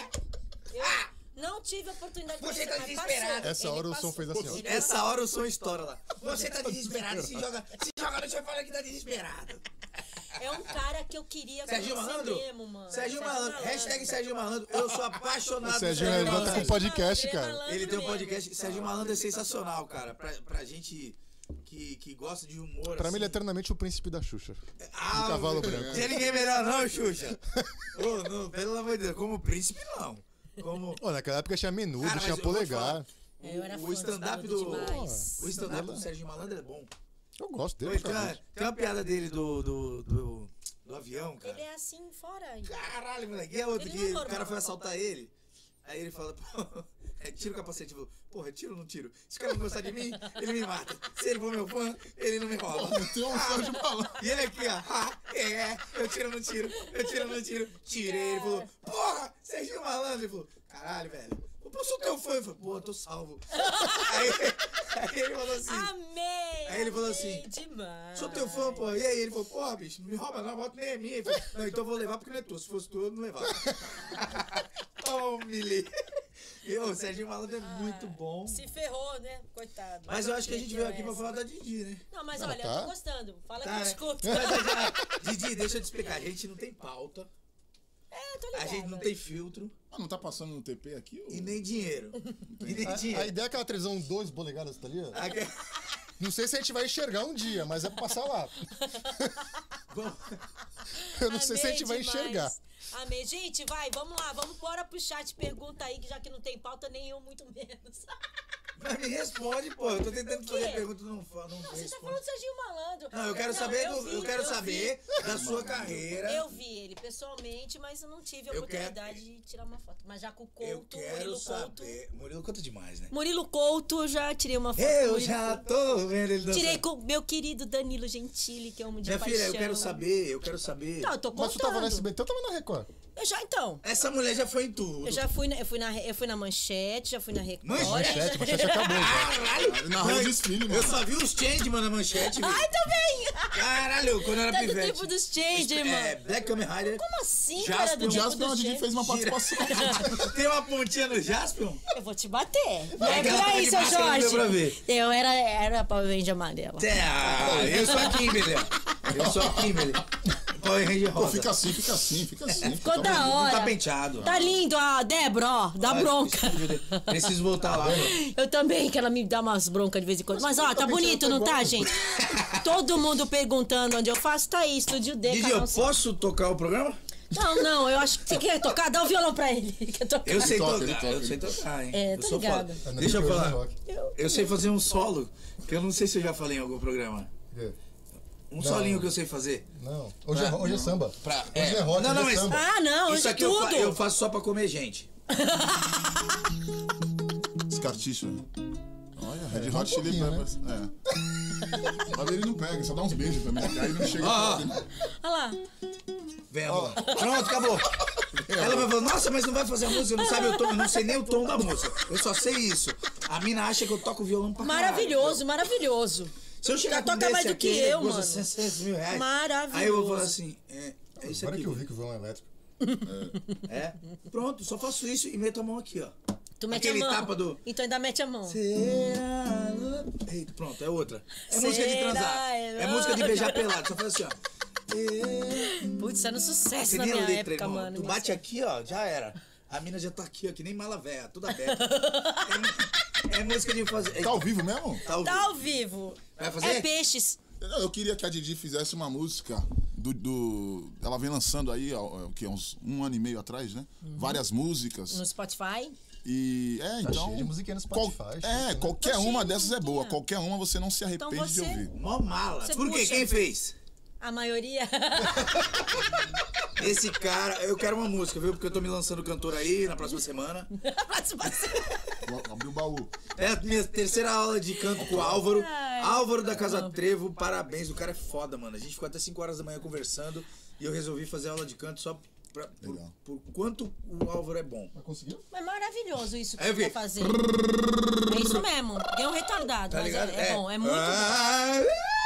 Eu não tive a oportunidade de Você conhecer, tá mas desesperado. passou. Essa Ele hora o passou. som fez assim, ó. Ele Essa hora o som estoura lá. Você tá desesperado, se joga, se joga no chão e fala que tá desesperado. É um cara que eu queria Serginho conhecer Malandro? mesmo, mano. Serginho Malandro. Hashtag Serginho Malandro. Eu sou apaixonado O Serginho por ele Serginho já tá com Malandro. podcast, Ele é cara. malandro Ele tem um mesmo. podcast. Serginho Malandro é sensacional, cara. Pra, pra gente que, que gosta de humor. Pra mim, ele é assim. eternamente o príncipe da Xuxa. Ah, um cavalo meu- branco. Tem ninguém melhor não, Xuxa. Ô, não, pelo amor de Deus. Como príncipe, não. Como... Pô, naquela época tinha menudo, Cara, mas tinha eu vou te polegar. É, eu era O fã stand-up desse do. garoto demais. O stand-up do Serginho Malandro é bom. Eu gosto Pô, dele, tem, uma, cara. tem uma piada dele do, do, do, do avião, cara. Ele é assim, fora. Caralho, moleque. E a outra Ele que não é o normal. cara foi assaltar ele. Aí ele fala, pô, é, tira o capacete. Ele falou, porra, é tiro ou não tiro? Se o cara não gostar de mim, ele me mata. Se ele for meu fã, ele não me rouba. Tem um Sérgio Malandro. E ele aqui, ó, ah, é, eu tiro ou não tiro? Eu tiro ou não tiro? Tirei. Ele falou, porra, Serginho Malandro. Ele falou, caralho, velho. Eu sou teu fã. Eu falei, pô, eu tô salvo. Aí, aí ele falou assim, Amei! Aí ele falou amei assim, Demais. sou teu fã, pô. E aí ele falou, porra, bicho, não me rouba não, a moto nem é minha. Ele falou, não, então eu vou levar porque não é tua. Se fosse tua, eu não levava. Ô, Mili. E o Serginho Malandro é muito bom. Se ferrou, né? Coitado. Mas eu acho que a gente veio aqui pra essa. falar da Didi, né? Não, mas Não, olha, tá. eu tô gostando. Fala Tá, que eu né? escuto. Mas, ah, Didi, deixa eu te explicar. A gente não tem pauta. tô A ligada. gente não tem filtro Ah, não tá passando no T P aqui? Ou... e nem dinheiro. E nem A, dinheiro. a ideia é aquela televisão dois polegadas, tá ali? ó. Aque- Não sei se a gente vai enxergar um dia, mas é pra passar lá. Bom, Eu não sei se a Amei gente vai demais. enxergar. Amei. Gente, vai, vamos lá. Vamos bora pro chat. Pergunta aí, que já que não tem pauta, nem eu, muito menos. mas me responde, pô. Eu tô tentando O quê? fazer pergunta e não, fa- não Não, você tá responde. falando do Serginho Malandro. Não, eu quero saber, do, vi, eu quero vi. saber da sua carreira. Eu vi ele pessoalmente, mas eu não tive a Eu oportunidade de tirar uma foto. Mas já com o Eu Couto, quero Murilo Couto. saber. Murilo conta demais, né? Murilo Couto, eu já tirei uma foto. com Eu Murilo já Couto. tô vendo ele dançando. Tirei com meu querido Danilo Gentili, que é um de Minha paixão. filha, eu quero saber, eu quero saber. Não, eu tô contando. Mas tu tava no S B T ou tava na Record? Eu já, então. Essa mulher já foi em tudo. Eu já fui na, eu fui na, eu fui na Manchete, já fui na Record. Manchete? Manchete, manchete acabou já. Caralho! Narrou o Mãe, desfile, mano. Eu só vi os Changeman na manchete, velho. Ai, também! Caralho, quando eu era Tá do pivete. tempo dos Change, É, mano. Black Kamen Rider. Como assim, Jaspion. cara? Do O tempo Jaspion, a dos Didi Change? fez uma participação. Tem uma pontinha no Jaspion? Eu vou te bater. Não é aquela por tá aí, de seu máscara, não deu Jorge. pra ver. Eu era, era Power Ranger amarela. É, eu sou a Kimberly. Eu sou a Kimberly. Power Ranger Pô, rosa. fica assim, fica assim, fica assim. Ficou fica da Não hora. tá penteado. Tá lindo, ó. Débora, ó. Dá bronca. Preciso voltar lá. mano. Eu também, que ela me dá umas broncas de vez em quando. Mas, ó, tá tá bonito, pensando não tá, igual. gente? Todo mundo perguntando onde eu faço, tá aí, Estúdio D. Didi, canal eu cinco. posso tocar o programa? Não, não, eu acho que você quer tocar. Dá o violão pra ele. Ele quer tocar. Eu sei toca, tocar, ele toca, eu ele sei tocar, hein? É, eu tô sou ligada. foda. É, Deixa eu Hoje é falar. rock. Eu- Eu sei fazer um solo, que eu não sei se eu já falei em algum programa. É. Um Não. solinho que eu sei fazer. Não. Hoje, é, hoje é samba. Pra- Hoje é. é rock, Não, não, hoje é mas- samba. Ah, não, hoje Isso é aqui eu, fa- tudo. eu faço só pra comer gente. Descartixa. Olha, Red É, Hot um Chili pouquinho, Peppers. É. Mas ele não pega, só dá uns beijos também. Aí não chega Ah, perto, né? Olha lá. Vem, amor. Pronto, acabou. Ela vai falar, nossa, mas não vai fazer a música, não sabe o tom, eu não sei nem o tom da música. Eu só sei isso. A mina acha que eu toco violão pra caralho. Maravilhoso, maravilhoso. Se eu chegar Já com toca desse mais do aqui, que ele eu, custa mano. seiscentos mil reais. Maravilhoso. Aí eu vou falar assim, é, é isso Agora aqui. que eu vi que o violão é elétrico. É? Pronto, só faço isso e meto a mão aqui, ó. Tu mete Aquele a mão. tapa do... Então ainda mete a mão. Será? Eita, pronto, é outra. É música de Será? transar. É música de beijar pelado. Só faz assim, ó. Putz, isso era um sucesso Você na nem a minha letra, época, irmão. mano. Tu bate aqui, ó, já era. A mina já tá aqui, ó, que nem mala véia, toda aberta. É, é música de fazer. Tá ao vivo mesmo? Tá ao Tá vivo. ao vivo. Vai fazer? É peixes. Eu eu queria que a Didi fizesse uma música do. do- ela vem lançando aí, ó, o que, uns um ano e meio atrás, né? Várias músicas. No Spotify. E. É, então. cheio de musiquinha no qual- Spotify, é, chique, né? qualquer Tá cheio uma de dessas é boa. musiquinha. Qualquer uma você não se arrepende Então de você- ouvir. Mó mala. Você Por quê? puxa. Quem fez? A maioria. Esse cara, eu quero uma música, viu? Porque eu tô me lançando cantor aí na próxima semana. Vou abrir o baú. É a minha terceira aula de canto com o Álvaro. Ai. Álvaro da Casa Trevo, parabéns. O cara é foda, mano. A gente ficou até cinco horas da manhã conversando e eu resolvi fazer aula de canto só pra, por, Legal. por quanto o Álvaro é bom. Mas conseguiu? Mas maravilhoso isso que Aí eu você vi. tá fazendo. É isso mesmo. Deu um retardado, Tá mas ligado? é, é bom. É muito Ah,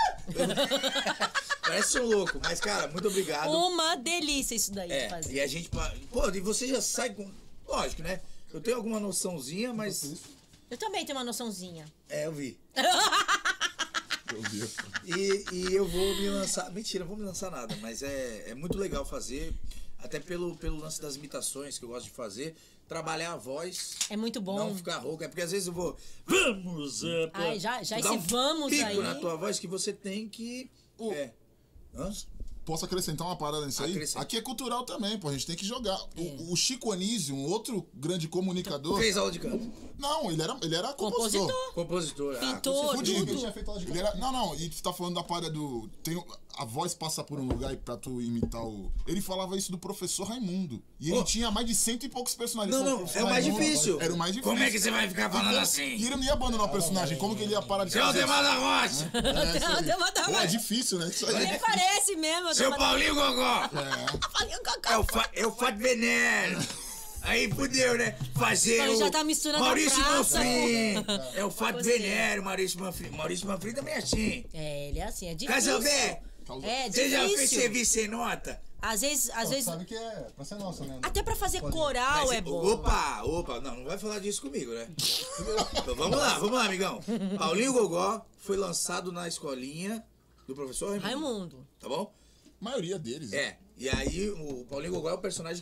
Parece um louco, mas cara, muito obrigado. bom. Uma delícia isso daí de É, fazer. e a gente. Pô, e você já sai com. Lógico, né? Eu tenho alguma noçãozinha, mas. Eu também tenho uma noçãozinha. É, eu vi. Eu vi. E, e eu vou me lançar. Mentira, não vou me lançar nada, mas é, é muito legal fazer. Até pelo, pelo lance das imitações que eu gosto de fazer. Trabalhar a voz. É muito bom. Não ficar rouca. É porque às vezes eu vou. Vamos! É, pra- Ai, já, já dar esse um vamos pico aí. na tua voz que você tem que. É. Hã? Posso acrescentar uma parada nisso aí? Acrescenta. Aqui é cultural também, pô. A gente tem que jogar. O, o Chico Anísio, um outro grande comunicador. Fez aula de canto. Não, ele era, ele era compositor. Compositor. Compositor. Pintor, Ah, Fudido. tudo. Ele tinha feito aula de Ele era, não, não, e tu tá falando da parada do. Tem, o- a voz passa por um lugar e pra tu imitar o. Ele falava isso do professor Raimundo. E ele Pô. tinha mais de cento e poucos personagens. Não, Ele não, falou, é o mais Raimundo, difícil. Era o mais difícil. Como é que você vai ficar falando assim? E ele não ia abandonar o personagem. Como que ele ia parar de Seu fazer? Demar da Rocha! É, isso aí. Demar da Pô, é Rocha. difícil, né? Isso aí. Nem parece mesmo. Seu Demar- Paulinho Gogó! Paulinho Cocó. É o, fa é o Fato Veneno. Aí fudeu, né? Fazer Ele o já tá misturando a Maurício praça, Manfrim. É o Fato Gostei. Veneno, Maurício Manfrim. Maurício Manfrim também é assim. É, ele é assim, é difícil. Casalbé, É você já fez difícil. serviço sem nota? Às vezes, às Só vezes, sabe que é pra ser nossa, né? até pra fazer Pode- coral Mas, é bom. Opa, opa, não, não vai falar disso comigo, né? Então vamos lá, vamos lá, amigão. Paulinho Gogó foi lançado na escolinha do professor Raimundo. Raimundo. Tá bom? A maioria deles. É, e aí o Paulinho Gogó é o personagem que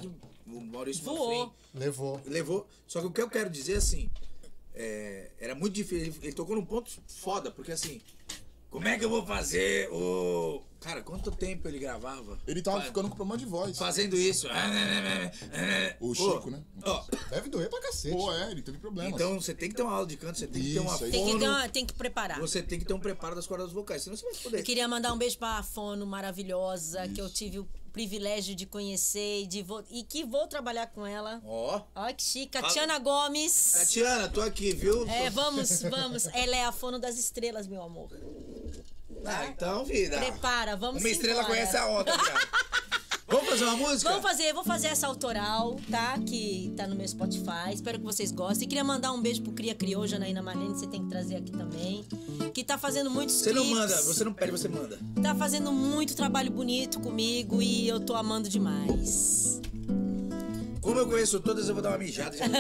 o Maurício Voou. Manfrim Levou. levou. Só que o que eu quero dizer, assim, é, era muito difícil. Ele, ele tocou num ponto foda, porque assim, como é que eu vou fazer o... Cara, quanto tempo ele gravava? Ele tava Fa- ficando com problema de voz. Fazendo isso. O Pô, Chico, né? ó, Deve doer pra cacete. Pô, é, ele teve problemas. então você tem que ter uma aula de canto, você tem que ter uma Isso, aí. Tem que, fono, ter uma- tem que preparar. você tem que ter um preparo das cordas vocais, senão você vai poder. Eu queria mandar um beijo pra Fono maravilhosa, que eu tive o privilégio de conhecer e, de vo- e que vou trabalhar com ela. Ó, Olha que chique. Fala. Tatiana Gomes. Tatiana, tô aqui, viu? É, vamos, vamos. Ela é a Fono das estrelas, meu amor. Ah, então, vida. Prepara, vamos Uma estrela embora. conhece a outra, cara. Vamos fazer uma música? Vamos fazer, vou fazer essa autoral, tá? Que tá no meu Spotify. Espero que vocês gostem. E queria mandar um beijo pro Cria Criou, Janaína Marlene, você tem que trazer aqui também. Que tá fazendo muitos Você não clipes. manda, você não pede, você manda. Tá fazendo muito trabalho bonito comigo e eu tô amando demais. Como eu conheço todas, eu vou dar uma mijada. Já.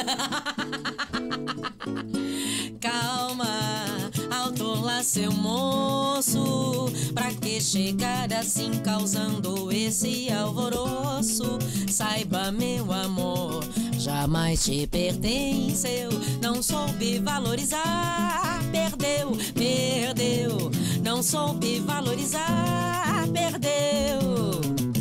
Calma, autola seu moço. Pra que chegar assim causando esse alvoroço? Saiba, meu amor, jamais te pertenceu. Não soube valorizar, perdeu, perdeu. Não soube valorizar, perdeu.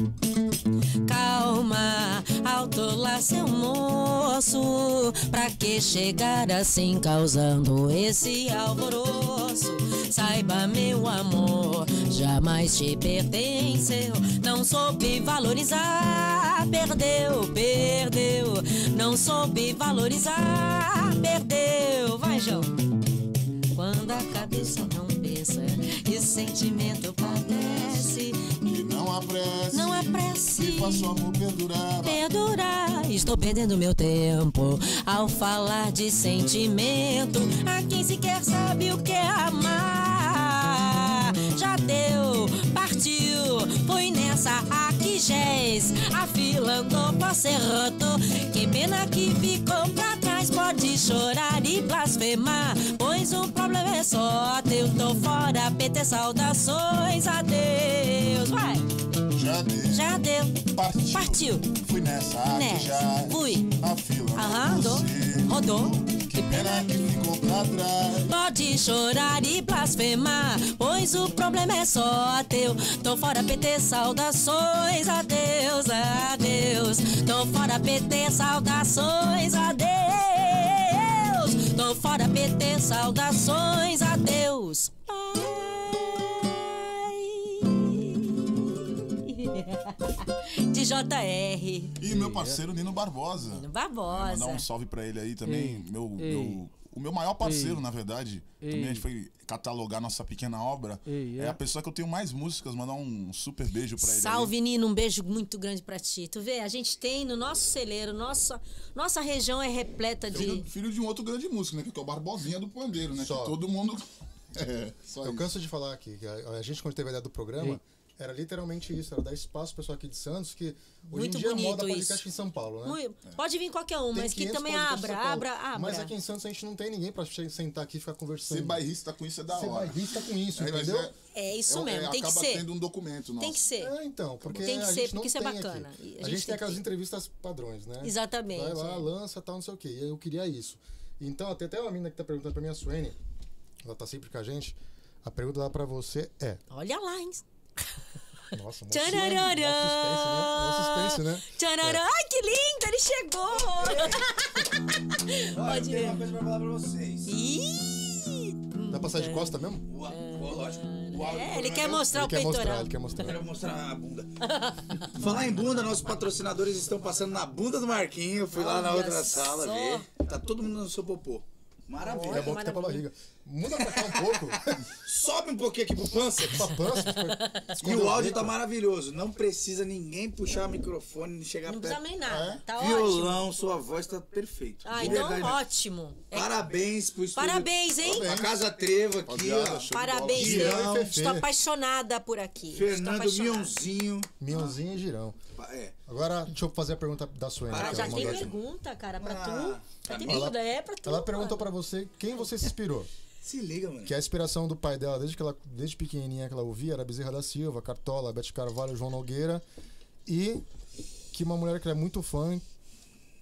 Calma, autola seu moço. Pra que chegar assim causando esse alvoroço? Saiba, meu amor, jamais te pertenceu. Não soube valorizar, perdeu, perdeu. Não soube valorizar, perdeu. Vai, João. Quando a cabeça não pensa e o sentimento padece, E não apresse. não apresse. E faça o amor perdurar. Perdurar, estou perdendo meu tempo ao falar de sentimento. A quem sequer sabe o que é amar. Já deu, partiu, foi nessa aqui gés. A fila andou pra serroto. Que pena que ficou pra trás. Pode chorar e blasfemar, pois o problema é só teu. Tô fora, P T, saudações, adeus. Vai, Já deu. já deu. Partiu. Partiu. Fui nessa, aqui Nessa, já. fui. A fila. Aham, andou, você. rodou. Que pena que ficou pra trás. Pode chorar e blasfemar, pois o problema é só teu. Tô fora, P T, saudações, adeus, adeus. Tô fora, P T, saudações, adeus. Tô fora, P T, saudações, adeus. Pai. De J R. E meu parceiro Nino Barbosa. Nino Mandar Barbosa. um salve pra ele aí também. Ei, meu, ei. meu, o meu maior parceiro, na verdade. Ei. Também a gente foi catalogar nossa pequena obra. Ei, é. é? a pessoa que eu tenho mais músicas. Mandar um super beijo pra ele. Salve, Nino, um beijo muito grande pra ti. Tu vê, a gente tem no nosso celeiro, nossa, nossa região é repleta Aí. de... Filho, filho de um outro grande músico, né? Que é o Barbosinha do Pandeiro, né? Só. Que todo mundo. É, só Eu isso. canso de falar aqui, que a, a gente, quando teve a ideia do programa, Ei. era literalmente isso, era dar espaço pro pessoal aqui de Santos, que hoje Muito em dia é bonito moda podcast isso. em São Paulo, né? Muito- Pode vir qualquer um, Tem mas que quinhentos também podcasts em abra, São Paulo. abra, abra. Mas aqui em Santos a gente não tem ninguém pra che- sentar aqui e ficar conversando. Ser bairrista com isso é da Ser hora. bairrista com isso, Aí, mas entendeu? é- É isso é- mesmo, é, tem que acaba ser. tendo um documento nosso. Tem que ser. É, então, porque Tem que a ser, gente porque não isso é tem bacana. aqui. E a A, gente gente tem tem aquelas que- entrevistas padrões, né? Exatamente, Vai lá, é. lança, tal, não sei o quê. E aí eu queria isso. Então, até, até uma menina que tá perguntando pra mim, a Suene, ela tá sempre com a gente. A pergunta lá pra você é... Olha lá, hein? Nossa, mó Tcharararã! suspense, né? Mó suspense, né? Tchararã! Ai, que lindo, ele chegou! Olha, Pode eu tenho ver. uma coisa pra falar pra vocês. Ih! Dá pra sair de costa mesmo? O, o, lógico. O áudio É, do ele programa quer é meu. mostrar Ele o quer mostrar, peitoral. ele quer Eu mostrar. quero mostrar a bunda. Falar em bunda, nossos patrocinadores estão passando na bunda do Marquinho. Eu fui lá na Olha outra sala só. ver. Tá todo mundo no seu popô. Maravilha. É bom que tá pra barriga. Muda pra cá um pouco. Sobe um pouquinho aqui pro pança. Pra pança. E esconder o áudio bico. tá maravilhoso. Não precisa ninguém puxar o microfone e chegar Não precisa perto. nem nada. Tá ótimo. Violão, sua voz tá perfeito. Ah, De então verdade. ótimo. É- Parabéns pro estúdio. Parabéns, hein? A Casa Trevo aqui, Rapaziada, ó. show de Parabéns, bola. eu Girão, Fefe. estou apaixonada por aqui. Estou Fernando apaixonada. Mionzinho. Minhãozinho e girão. É. Agora, deixa eu fazer a pergunta da Suene. Ah, Ah, que já ela tem mandou aqui. pergunta, cara, pra Ah, tu. Já pra tem mim? pergunta, é pra tu. Ela perguntou mano. pra você quem você se inspirou. Se liga, mano. Que a inspiração do pai dela, desde que ela, desde pequenininha que ela ouvia, era Bezerra da Silva, Cartola, Bete Carvalho, João Nogueira. E que uma mulher que ela é muito fã,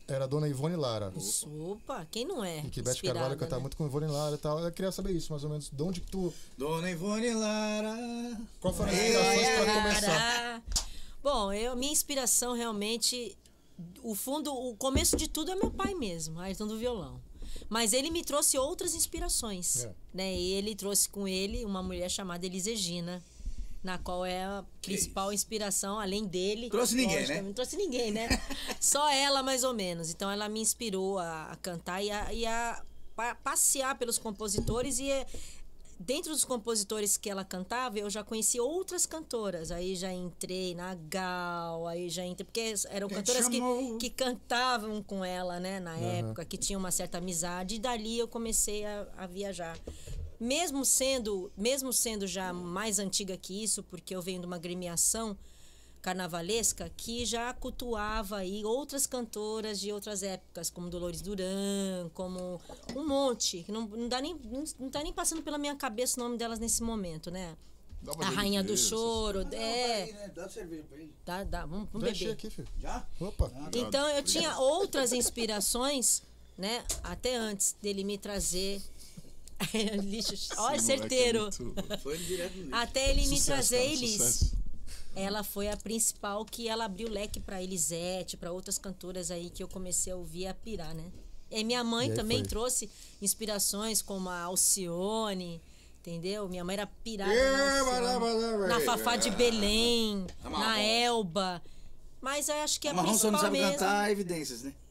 era a dona Ivone Lara. Opa, quem não é? E que Beth Inspirada, Carvalho cantava né? muito com Ivone Lara e tal. Eu queria saber isso, mais ou menos. De onde que tu... Dona Ivone Lara. Qual foram as inspirações pra começar? Pará. Bom, eu, minha inspiração realmente, o fundo, o começo de tudo é meu pai mesmo, Ayrton do violão. Mas ele me trouxe outras inspirações, É. né? E ele trouxe com ele uma mulher chamada Elis Regina, na qual é a principal inspiração, além dele. Trouxe ninguém, lógico, né? Não trouxe ninguém, né? Só ela, mais ou menos. Então, ela me inspirou a, a cantar e a, e a pa- passear pelos compositores. E é, dentro dos compositores que ela cantava, eu já conheci outras cantoras. Aí já entrei na Gal, aí já entrei... Porque eram Quem cantoras que, chamou? que cantavam com ela, né? Na época, que tinham uma certa amizade. E dali eu comecei a, a viajar. Mesmo sendo, mesmo sendo já mais antiga que isso, porque eu venho de uma gremiação carnavalesca que já cultuava aí outras cantoras de outras épocas, como Dolores Duran, como um monte, que não, não dá nem não, não tá nem passando pela minha cabeça o nome delas nesse momento, né? Dá pra A ver Rainha de do ver, Choro, Aí, é, né? Dá cerveja pra ele. dá, dá, vamos, vamos Já achei beber. aqui, filho. Já? Opa. Então eu tinha outras inspirações, né? Até antes dele me trazer lixo, olha, Esse moleque é certeiro. muito- Foi direto no lixo. Até ele me Sucesso, trazer cara, Elis. sucesso. Ela foi a principal que ela abriu o leque para Elisete, para outras cantoras aí que eu comecei a ouvir a pirar, né? E minha mãe E aí também foi. trouxe inspirações como a Alcione, entendeu? Minha mãe era pirada Ê, na, vai lá, vai lá, Alcione, vai. na Fafá de Belém, Amarrom. na Elba. Mas eu acho que a A Marrom só principal não sabe mesmo... cantar evidências, né?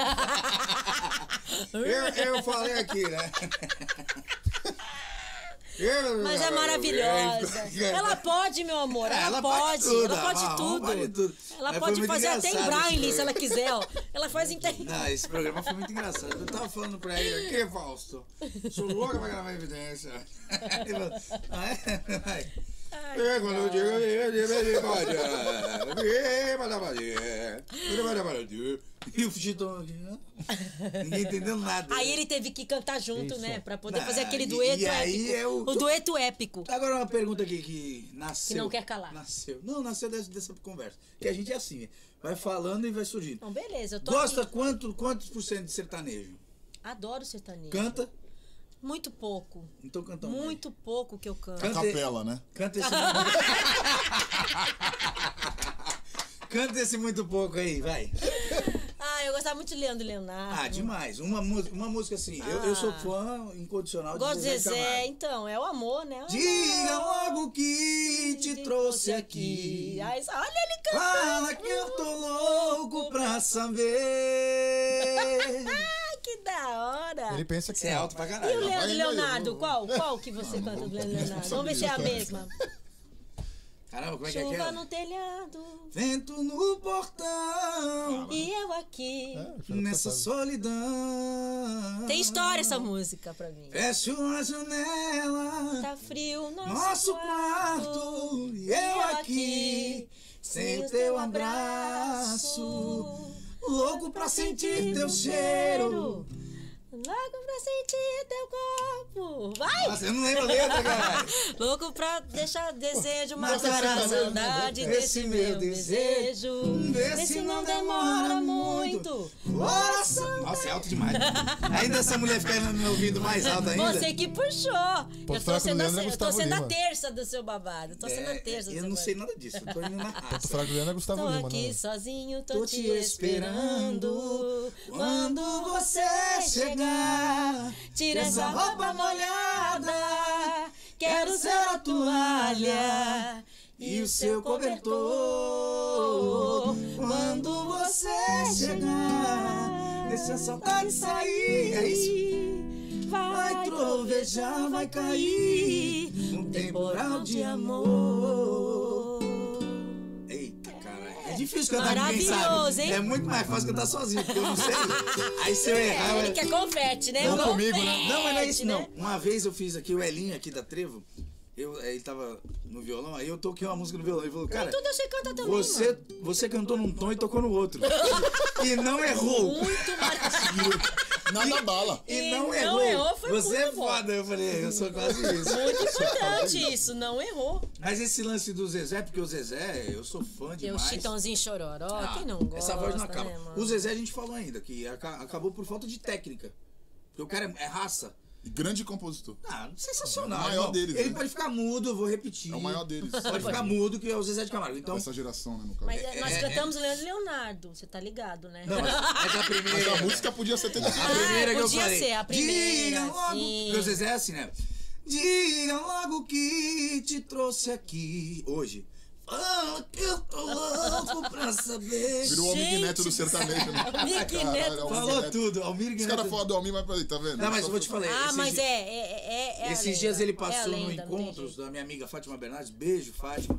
eu, eu falei aqui, né? Eu- Mas é maravilhosa. Ela pode, meu amor. Ela, Ela pode. pode tudo, ela pode a Marrom tudo. pode tudo. Ela Mas foi pode muito fazer até em engraçado esse braille, se programa. ela quiser. ó. Ela faz em... Não, esse programa foi muito engraçado. Eu tava falando pra ele aqui, Fausto. Sou louca pra gravar evidência. Ele falou, ah, é? Vai. É, quando eu digo, eu digo, eu digo, pode, é, mas não pode, é, mas não pode. E o Chitão aqui, né? Ninguém entendeu nada. Aí ele teve que cantar junto, Isso. né? Pra poder Não, fazer aquele e- dueto e aí épico. é o- o dueto épico. Agora uma pergunta aqui que nasceu. Que não quer calar. Nasceu. Não, nasceu dessa, dessa conversa. Que a gente é assim, vai falando e vai surgindo. Então, beleza, eu tô Gosta aqui. quanto, quantos por cento de sertanejo? Adoro sertanejo. Canta? Muito pouco. Então canta um. Muito pouco que eu canto. A Canta- capela, né? Canta esse. Canta esse muito pouco aí, vai. Ah, eu gostava muito de Leandro e Leonardo. Ah, demais. Uma, mu- uma música assim. Eu, eu sou fã incondicional de Gosto de Zezé de Zezé, Camargo. então, é o amor, né? Diga logo que te trouxe aqui. Ai, olha ele cantando. Fala que eu tô louco pra saber. Ai, que da hora. Ele pensa que Você é alto pra E o caralho. Leandro e vai, Leonardo, vai, qual? Qual que você canta do Leandro e Leonardo? Vamos ver se é a mesma. Caramba, como é que é Chuva aquela? no telhado Vento no portão, e eu aqui. É, nessa solidão. Tem história essa música pra mim. Fecho a janela, Tá frio nosso, nosso quarto, e eu aqui, sem o teu abraço, louco pra sentir teu cheiro. Louco pra sentir teu corpo. Vai! Nossa, eu não lembro a letra, cara. Louco pra deixar desejo, Matar matar a a saudade desse meu desejo. Vê se não demora muito. Coração. Nossa, é alto demais. Ainda essa mulher fica no meu ouvido mais alto ainda. Você que puxou. Ponto Eu tô fraco do sendo, a, Leandro é eu tô Gustavo sendo a Lima. terça do seu babado. Tô sendo a terça do É, eu seu não sei babado. nada disso, eu tô indo na O raça. fraco Leandro é Gustavo Tô Lima, aqui né? sozinho, tô, Tô te te esperando. Quando você chegar, tira essa roupa molhada. Quero ser a toalha e o seu cobertor. Quando você chegar, deixa a saudade sair. É isso? vai trovejar, vai cair um temporal de amor. Eita, caralho. É difícil cantar com quem Maravilhoso, sabe. hein? É muito mais fácil cantar sozinho, porque eu não sei. Aí se eu errar... Ele eu- quer confete, né? Não, Confete, comigo, né? Não, mas não é isso, né? não. Uma vez eu fiz aqui o Elinho aqui da Trevo. Eu, ele tava no violão, aí eu toquei uma música no violão. Ele falou, cara, Tudo você canta também, você, mano. você cantou num tom e tocou no outro. E não errou. Muito maravilhoso. Nada bala. E, E não, não errou. errou, foi Você é muito bom. foda. Eu falei, eu sou quase isso. Muito importante isso, não errou. Mas esse lance do Zezé, porque o Zezé, eu sou fã Tem o demais. Chitãozinho Chororó, Ah, quem não gosta, essa voz não acaba. né, mano? O Zezé a gente falou ainda, que aca- acabou por falta de técnica. Porque o cara é, é raça. Grande compositor. Ah, sensacional. É o maior irmão. deles, Ele né? pode ficar mudo, eu vou repetir. É o maior deles. Pode ficar mudo, que é o Zezé de Camargo. Então, Dessa geração, né, no caso. Mas Mas, nós é, cantamos o Leandro Leonardo, você tá ligado, né? não, mas, mas a primeira... a música podia ser tendo A primeira Ah, que eu podia falei. ser, a primeira, Diga logo. sim. Porque o Zezé é assim, né? Diga logo que te trouxe aqui hoje. Fala que eu tô louco pra saber. Virou o Almir Gente Neto do do sertanejo, né? Almir Neto. Caralho, Almir Falou Neto. tudo. Almir Os caras falam do Almir, mas peraí, tá vendo? Não, mas eu vou te falar. Ah, esses mas di- é, é, é, é a Esses lenda. dias ele É a passou no lenda, não tem Encontros jeito. da minha amiga Fátima Bernardes. Beijo, Fátima.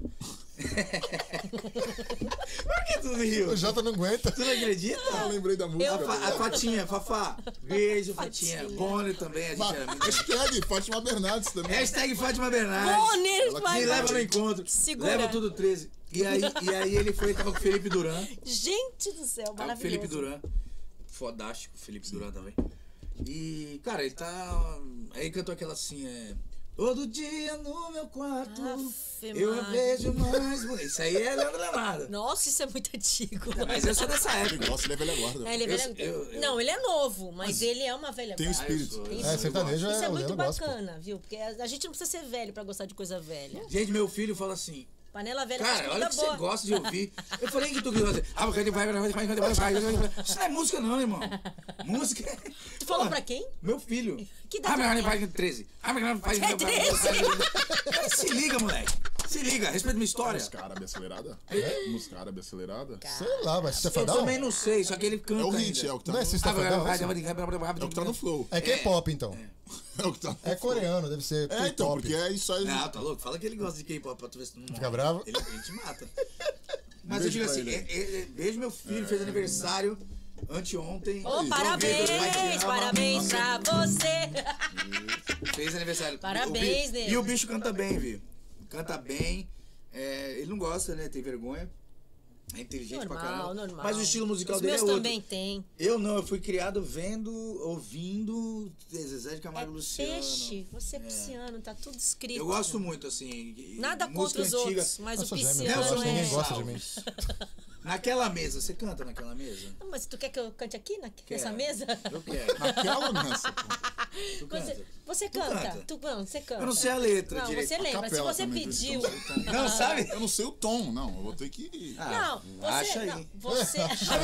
Por que tu riu? O Jota não aguenta. Tu não acredita? Ah, eu lembrei da música. A, Fa- a Fatinha, Fafá. Beijo, Fatinha. Fatinha. Bonner também, a gente Ma- era muito... Hashtag Fátima Bernardes também. Hashtag Fátima Bernardes. Bonner, Ela vai, Me vai. leva no encontro. Segura. Leva tudo treze. E aí, e aí ele foi, tava com o Felipe Duran. Gente do céu, Tava com o maravilhoso. Felipe Duran. Fodástico, Felipe Duran também. E, cara, ele tá... Aí ele cantou aquela assim, é... Todo dia no meu quarto Aff, eu Maria. vejo mais... bonito. Isso aí é Leandro Leonardo. Nossa, isso é muito antigo. Mas eu sou dessa Ele época. gosta, ele é velha guarda. É, ele é Eu- velho- eu- eu- Não, ele é novo, mas, ele é uma velha Tem o guarda. espírito. Ah, eu sou- Isso É, eu sertanejo gosto. Isso é o muito Leandro gosta, pô. bacana, viu? Porque a, a gente não precisa ser velho pra gostar de coisa velha. Gente, meu filho fala assim... Panela velha Cara, faz olha o comida que boa. você gosta de ouvir. Eu falei que tu gosta. Ah, porque ele vai, vai, vai, vai, vai, vai, vai, vai. Isso não é música, não, irmão. Música. Tu falou pra quem? Meu filho. Que idade Ah, mas tem? vai vai, treze. Ah, mas vai É treze? Se liga, moleque. Se liga, respeita minha história. Música árabe acelerada? Música árabe acelerada? Sei lá, mas você é Eu fadão? também não sei, só que ele canta. É o hit, ainda. é o que tá Não é no... Sister Ah, vai, Fadão? vai, isso? vai, vai, vai, vai, vai, É o que tá no flow. É K-pop, então. É o que tá no É coreano, deve ser É, então, K-pop. porque é isso aí. Não, tá louco? Fala que ele gosta de K-pop pra tu ver se tu não morre. Fica bravo? Ele, ele te mata. Mas Beijo eu digo pra assim, ele. é- é- é- beijo meu filho, fez aniversário anteontem. Ô, João parabéns, Vitor, vai te amar. parabéns pra você. Fez aniversário. Parabéns, O bi- nego. E o bicho canta bem, viu? Canta bem. É, ele não gosta, né? Tem vergonha. É inteligente pra Normal, caramba. normal. Mas o estilo musical Os dele é meus outro. também tem. Eu não, eu fui criado vendo, ouvindo Zezé de É Camargo e Luciano. peixe, você é pisciano, tá tudo escrito. Eu gosto muito, assim. Nada música contra os antiga. outros, mas Eu o sou gêmeo, pisciano eu acho que ninguém é... gosta de mim. Naquela mesa, você canta naquela mesa? Não, mas tu quer que eu cante aqui, na, nessa Quero. mesa? Eu quero. Naquela ou nessa? pô? Tu Você, canta? você Tu canta. canta? Tu, não, você canta. Eu não sei a letra Não, direito. você lembra. Se Capela você também, pediu... eu não sei o tom. Não sabe? Eu não sei o tom, não. Eu vou ter que... Ah, Não, você... acha não, aí. você...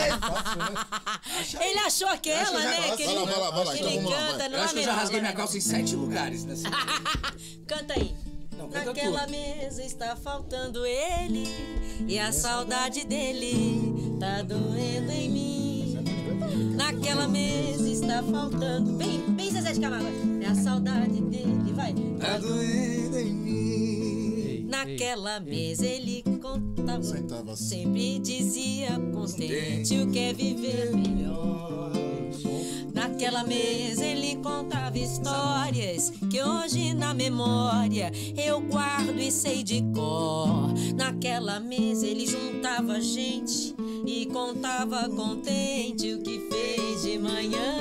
Acha aí. Ele achou aquela, Acho que já né? gosto. Que Vai ele, lá, vai lá, vai lá, que então ele vamos lá, canta vai. no Eu acho que eu já Lamento, rasguei minha Lamento. calça em sete lugares, né? Canta aí. Não, canta Naquela tu. mesa está faltando ele e a saudade dele tá doendo em mim. Naquela mesa está faltando. Bem, bem Zezé de Camargo. É a saudade dele, vai. Tá doendo em mim. Naquela mesa ele contava, Sentava assim. sempre dizia contente o que é viver melhor. Naquela mesa ele contava histórias que hoje na memória eu guardo e sei de cor. Naquela mesa ele juntava gente e contava contente o que fez de manhã.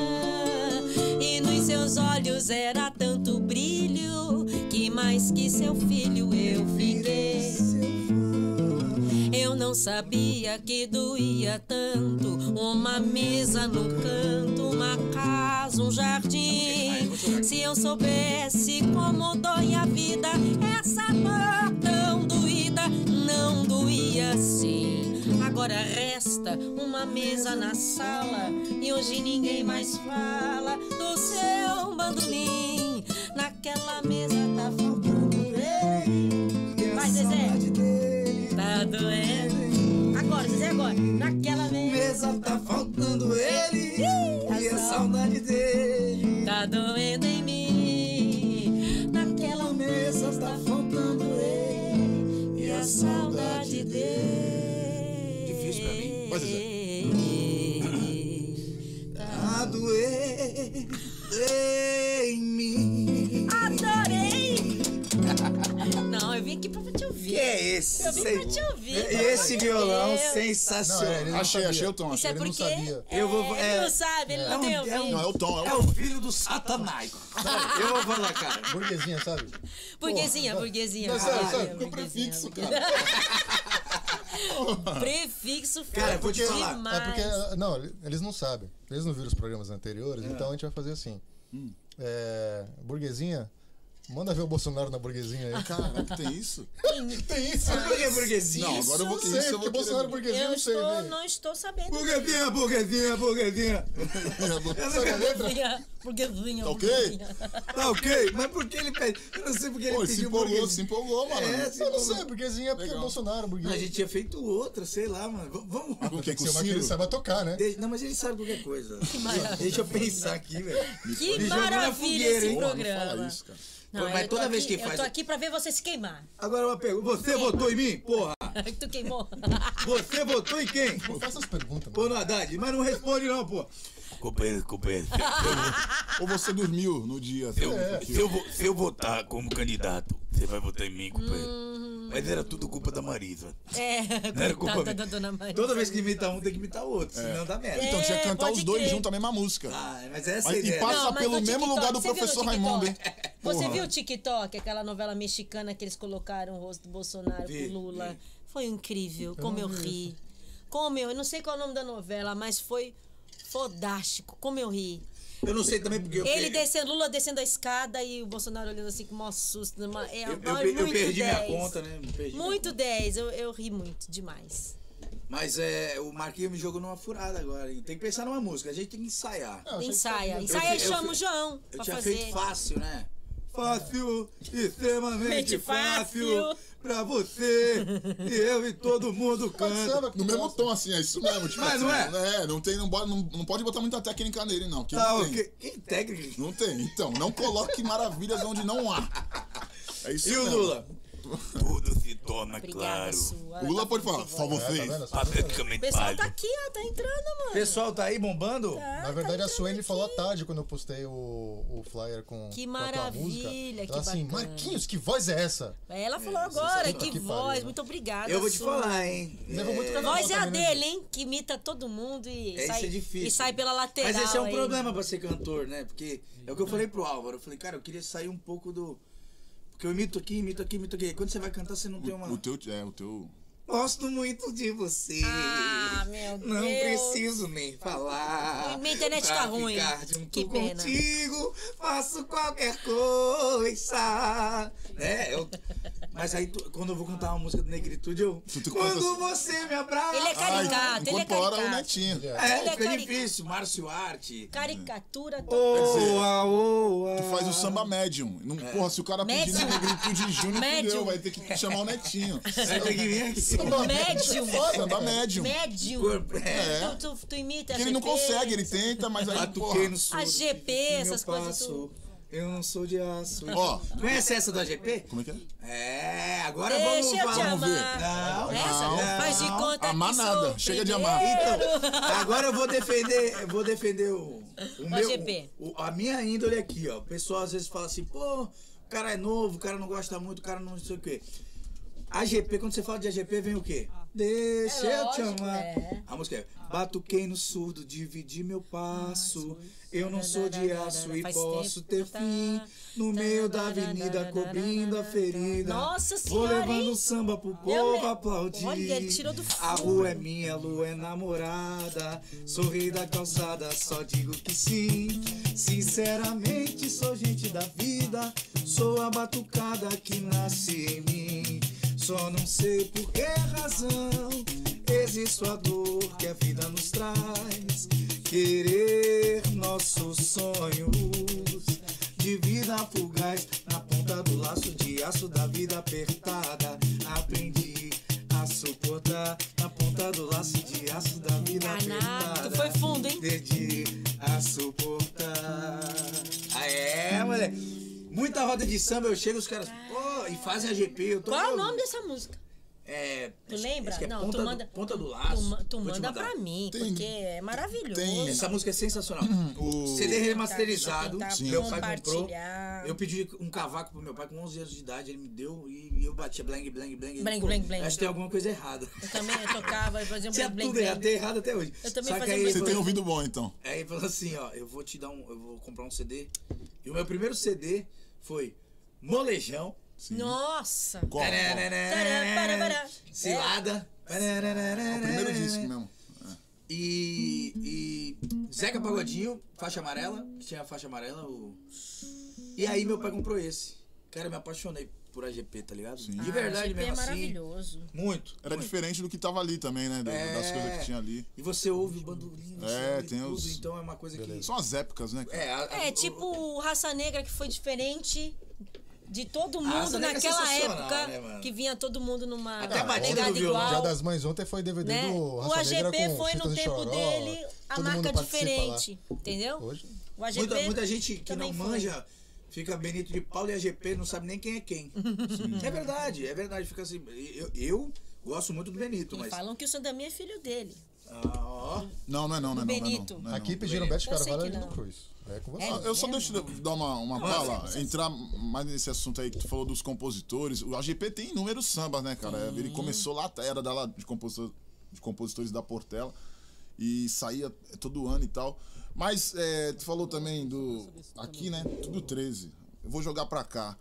E nos seus olhos era tanto brilho que mais que seu filho eu fiquei. Eu não sabia que doía tanto uma mesa no canto, uma casa, um jardim. Se eu soubesse como dói a vida, essa dor tão doída não doía assim. Agora resta uma mesa na sala e hoje ninguém mais fala do seu bandolim. Naquela mesa tá faltando ele. Vai, Zezé. Tá doendo. Agora, Zezé, agora. Naquela mesa. Mesa tá faltando ele e a saudade dele. Tá doendo em mim. Naquela mesa tá faltando ele e a saudade dele. Difícil pra mim. Vai, Tá doendo em mim. Adorei! Não, eu vim aqui pra te ouvir. Que é esse? Eu vim pra te ouvir. E esse violão Eu- Não, é, sensacional. ele não Achei, sabia. achei o tom. Isso é Achei. ele não porque. sabia. É, Eu vou- ele é- não sabe, ele é não um- tem é um- ouvido. Não, é o tom. É É o... o filho do Satanás. Eu vou falar, cara. Burguesinha, sabe? Burguesinha, Porra, burguesinha. Não, sério, burguesinha, sério, com burguesinha, prefixo, burguesinha. cara. Prefixo Cara, eu vou te forte falar. demais. É porque, não, eles não sabem. Eles não viram os programas anteriores, então a gente vai fazer assim. É, burguesinha, manda ver o Bolsonaro na burguesinha aí. Caraca, tem isso? Tem isso? Por que burguesia? Não, agora eu vou Não isso, sei, eu porque vou Bolsonaro querer. burguesinha, Eu não sei, estou, né? não estou sabendo. Burguesinha, burguesinha, burguesinha. Sabe a letra? Burguesinha, burguesinha, Tá ok? burguesinha. Tá ok, mas por que ele pede? Eu não sei porque ele Pô, se pediu empolgou, se burguesia. empolgou, mano. É, se Eu não empolgou. sei, burguesinha é porque é Legal. Bolsonaro, burguesia. A gente tinha feito outra, sei lá, mano. V- Vamos. Com o que? Tem que Com ser o uma que ele Ciro? saiba tocar, né? Deixa- Não, mas ele sabe qualquer coisa. maravilha. Deixa eu pensar aqui, velho. Que Me jogou na maravilha fogueira, esse hein? Pô, não fala programa. isso, cara. Não, Mas eu tô toda vez aqui- que faz- Eu tô aqui pra ver você se queimar. Agora uma pergunta. Você votou em mim? Porra. Tu queimou. Você votou em quem? Não faça essas perguntas, Pô, mano. no Haddad. Mas não responde não, pô. Companheiro, companheiro. Ou você dormiu no dia. Se eu, sabe? se, eu, vo- se eu votar como candidato, você vai votar em mim, companheiro. Mas era tudo culpa da Marisa. É, Não era culpa coitada minha. da dona Maria. Toda vez que imita um, tem que imitar o outro. Senão dá merda. Então tinha que É, cantar pode os dois crer. juntos a mesma música. Ah, mas essa é a Mas, e ideia. passa Não, mas pelo no mesmo TikTok, lugar do você viu no professor TikTok? Raimundo, hein? Você Porra. viu o TikTok, aquela novela mexicana que eles colocaram o rosto do Bolsonaro Vi, com o Lula? vi. Foi incrível, como eu ri. Como eu, eu não sei qual é o nome da novela, mas foi fodástico, como eu ri. Eu não sei também porque eu Ele perdi- descendo, Lula descendo a escada e o Bolsonaro olhando assim com o maior susto. Uma- É, eu, eu, ai, per- eu muito perdi minha dez. conta, né? Perdi minha Muito conta. dez, eu, eu ri muito, demais. Mas é, o Marquinhos me jogou numa furada agora. hein? Tem que pensar numa música. A gente tem que ensaiar. Não, eu achei que Ensaia, sabia. ensaia e eu chama fi- o João Eu pra tinha fazer. feito fácil, né? Fácil, extremamente Mente fácil, fácil. pra você, e eu e todo mundo Pode ser, canta. mas que No tu mesmo gosta. tom, assim, é isso mesmo. Tipo, Mas não assim, é? É, não, tem, não, pode, não, não pode botar muita técnica nele, não. Que Tá, não tem. ok. Que técnica. Não tem. Então, não coloque maravilhas onde não há. É isso E o mesmo. Lula? Tudo se torna Obrigada, claro. sua. O Lula Tá pode falar, muito só bom. É, tá vocês. vendo? O Pateticamente pessoal pálido. tá aqui, ó, tá entrando, mano. O pessoal tá aí bombando? Tá, Na verdade, tá a Suene entrando falou à aqui. tarde quando eu postei o, o flyer com, Que com a tua música. maravilha, Ela que assim, bacana. Marquinhos, que voz é essa? Ela falou agora, puta que, que voz, pariu, né? muito obrigada. Eu vou te sua. falar, hein? Levou muito É, carnaval Voz é a também, né, dele, hein? Que imita todo mundo e, Esse sai, é difícil. e sai pela lateral. Mas esse é um aí. problema pra ser cantor, né? Porque é o que eu falei pro Álvaro. Eu falei, cara, eu queria sair um pouco do. Porque eu imito aqui, imito aqui, imito aqui. Quando você vai cantar, você não tem uma. O teu, é, o teu... Gosto muito de você. Ah, meu Não Deus. preciso nem falar. Minha internet pra tá ruim. ficar junto Que pena. contigo, faço qualquer coisa. Né? Eu... Mas aí, tu- quando eu vou cantar uma música do Negritude, eu. Tu- tu Quando canta assim. você me abraça. Ele é caricato, ele é incorpora o caricato. netinho. Ele é. É, Ele é fica caricato. difícil. Márcio Arte. Caricatura Oa, oa. Tu faz o samba médium. Não, Porra, se o cara pedir Médium. negritude júnior, Médium. fudeu, vai ter que chamar o netinho. Vai ter que vir aqui. Médium. Samba médium. Médium. Corpo- é. Tu, tu, tu imita Que a ele não G P? consegue, ele tenta, mas aí, Batuquei porra... no sul. A G P, essas Meu coisas. passo, Tu... Eu não sou de aço. Ó. Conhece essa da G P? Como é que é? É, agora Deixa vamos eu te falar. vamos ver. amar. Não, Essa? não, Faz de conta amar que nada. sou Chega de primeiro. amar. Então, agora eu vou defender, eu vou defender o, o meu, G P. o- a minha índole aqui, ó. O pessoal às vezes fala assim, pô, o cara é novo, o cara não gosta muito, o cara não sei o quê. A G P, quando você fala de A G P, vem o quê? Deixa É eu te lógico, amar. é. A música é Batuquei no surdo, dividi meu passo. Eu não sou de aço e Faz posso tempo. ter fim. No meio da avenida, cobrindo a ferida. Nossa Vou Senhora, levando hein? samba pro Eu povo le- aplaudir. Olha, ele tirou do A fundo. rua é minha, a lua é namorada. Sorri da calçada, só digo que sim. Sinceramente, sou gente da vida. Sou a batucada que nasce em mim. Só não sei por que razão existe a dor que a vida nos traz. Querer nossos sonhos de vida fugaz na ponta do laço de aço da vida apertada. Aprendi a suportar na ponta do laço de aço da vida Caraca, apertada. tu foi fundo, hein? Aprendi a suportar. Ah, é, moleque. Muita roda de samba, eu chego, os caras, pô, e fazem a G P. Eu tô Qual é o nome dessa música? É, Tu acho- lembra? acho que é Não, ponta, tu manda- do, ponta do Tu, laço. ma- tu Vou te manda mandar. pra mim, Tem- porque é maravilhoso. tem- Essa música é sensacional. O- C D remasterizado, Tentar Sim. meu pai comprou. compartilhar. Eu pedi um cavaco pro meu pai com onze anos de idade, ele me deu e eu batia blang, blang, blang. Blang, Pô, blang, blang. Acho que tem alguma coisa errada. Eu também eu tocava, eu fazia um Tinha bling, tudo bling, errado, bling. tem errado até hoje. Eu também Só que fazia aí um ele Você falou- tem ouvido bom, então. Aí ele falou assim, ó, eu vou te dar um, eu vou comprar um C D. E o meu primeiro C D foi Molejão. Nossa! Qual? Qual? Tará, para, para. Cilada. É o primeiro disco mesmo. E, e Zeca Pagodinho, faixa amarela, que tinha a faixa amarela. O... E aí meu pai comprou esse. Cara, eu me apaixonei por A G P, tá ligado? Sim. De Ah, verdade G P mesmo é assim. maravilhoso. Muito. Era muito. diferente do que tava ali também, né? do- É. Das coisas que tinha ali. E você ouve o bandolim, você É, ouve tem tudo, os- então é uma coisa que... São as épocas, né? cara? É, a- a- É, o- tipo o Raça Negra, que foi diferente de todo Raça mundo Negra é naquela sensacional, época, né, mano? que vinha todo mundo numa Até a batida pegada do violão. igual. Dia das Mães ontem foi D V D Né? do O Raça Negra A G P com foi Chitãs no e tempo Choró, dele a todo marca mundo participa diferente, lá. entendeu? Hoje, O A G P Muita, muita gente que também não foi. manja fica Benito de Paulo e A G P, não sabe nem quem é quem. É verdade, é verdade. Fica assim. Eu, eu gosto muito do Benito, E mas. falam que o Sandaminha é filho dele. Ah, ó. Não, não é não, não é não. não é não, Benito. não é aqui não. pediram Beth Eu sei Carvalho que e Nino não. Cruz. É com você. É. Ah, eu só mesmo? deixo eu dar uma, uma bala, entrar mais nesse assunto aí que tu falou dos compositores. O A G P tem inúmeros sambas, né, cara? Ele começou lá, era da lá de, compositor, de compositores da Portela e saía todo ano e tal. Mas é, tu falou também do. Aqui, né? Tudo treze. Eu vou jogar pra cá.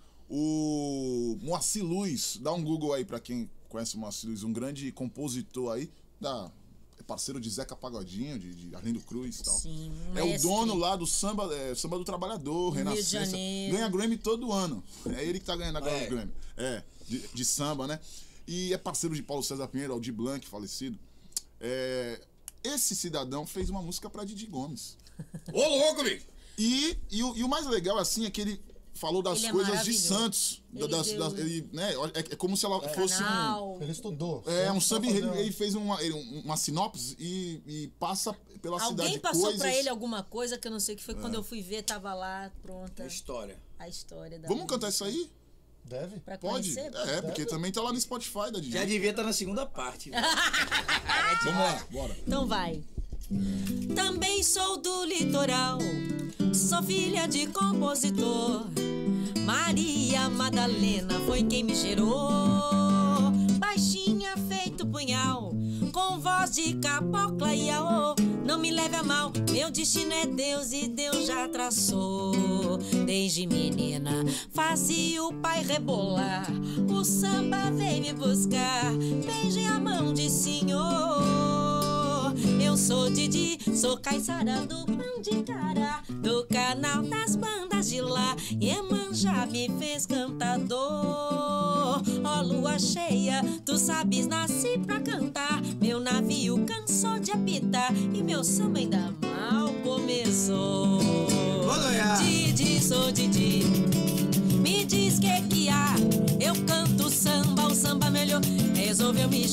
O Moacir Luz, dá um Google aí pra quem conhece o Moacir Luz, um grande compositor aí, da, é parceiro de Zeca Pagodinho, de, de Arlindo Cruz e tal. Sim, um É o mestre. dono lá do samba, é, samba do trabalhador, Rio de Renascença. Janeiro. Ganha Grammy todo ano. É ele que tá ganhando agora É. o Grammy. É, de, de samba, né? E é parceiro de Paulo César Pinheiro, Aldir Blanc, falecido. É, esse cidadão fez uma música pra Didi Gomes. Ô, louco, bicho! E, e, o, e o mais legal, assim, é que ele falou das Ele é coisas de maravilhoso. Santos. Ele das, deu- das- ele, né, é, é como se ela fosse um... Canal. Ele estudou. É, um Só samba, fazer ele, uma- ele fez uma, ele- uma sinopse e, e passa pela cidade Alguém passou coisas... pra ele alguma coisa que eu não sei o que foi. Quando eu fui ver, tava lá, pronta É história. a história da Vamos música. cantar isso aí? Deve? Pra Pode? conhecer? É, porque também tá lá no Spotify da Didi. Já devia estar na segunda parte. né? Vamos lá, bora. Então vai. Também sou do litoral, sou filha de compositor. Maria Madalena foi quem me gerou. Baixinha feito punhal, com voz de cabocla e aô. Não me leve a mal, meu destino é Deus e Deus já traçou. Desde menina fazia o pai rebolar, o samba veio me buscar. Beijei a mão de senhor. Eu sou Didi, sou caiçara do pão de cara, do canal das bandas de lá. Iemanjá me fez cantador. Ó lua cheia, tu sabes, nasci pra cantar. Meu navio cansou de apitar e meu samba ainda mal começou. Vou ganhar. Didi, sou Didi, me diz que que há. Eu canto samba, o samba melhor resolveu me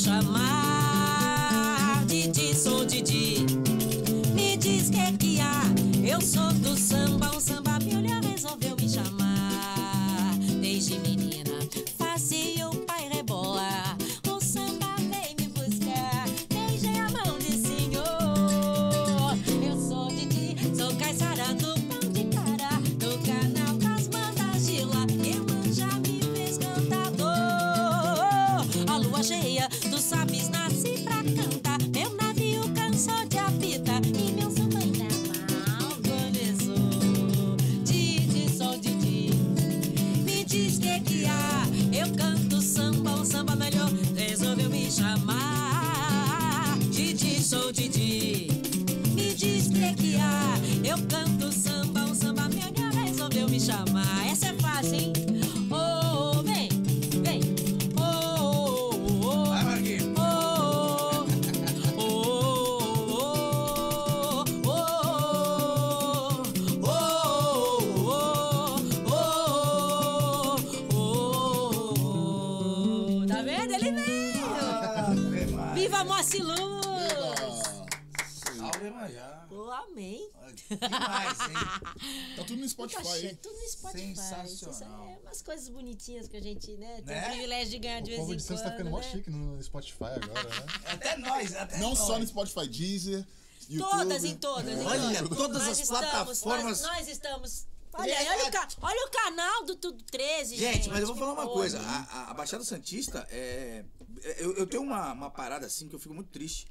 chamar. Didi, sou Didi, me diz que que há. Eu sou do samba, o samba melhor resolveu me chamar. Desde menina fazia o pai rebolar, o samba veio me buscar. Beijei a mão de senhor. Eu sou Didi, sou caiçara do pão de cara, do canal das bandas de lá. Iemanjá me fez cantador. A lua cheia, tu sabes, nasci pra cantar. Meu navio cansou de apitar e meu samba ainda mal começou. Didi, sou Didi, me diz que que há. Eu canto samba, o samba melhor resolveu me chamar. Didi, sou Didi, me diz que que há. Eu canto samba, o samba melhor resolveu me chamar. Essa é fácil, hein? Oh, oh, vem, vem. Oh, oh, oh, oh. Vai, Marquinhos. Oh, oh, oh, oh, oh, oh. Tá vendo? Ele veio! Ave Maria. Viva Moacir Luz! Salve Ave Maria. Oh, amém. Demais, hein? Tá tudo no Spotify, Poxa, hein? tudo no Spotify. Sensacional. Isso é umas coisas bonitinhas que a gente, né, tem Né? o privilégio de ganhar de O vez povo em de Santos quando, tá ficando mó né? chique no Spotify agora, né? Até nós, até Não nós. só no Spotify, Deezer, YouTube. Todas, em todas, em Olha, todas. todas Nós as estamos, plataformas. Nós, nós estamos... Olha, Gente, olha, a- o ca- olha o canal do Tudo treze, gente. Gente, mas eu vou falar uma Pô, coisa. A, a- a Baixada Santista é. Eu, eu tenho uma, uma parada assim que eu fico muito triste.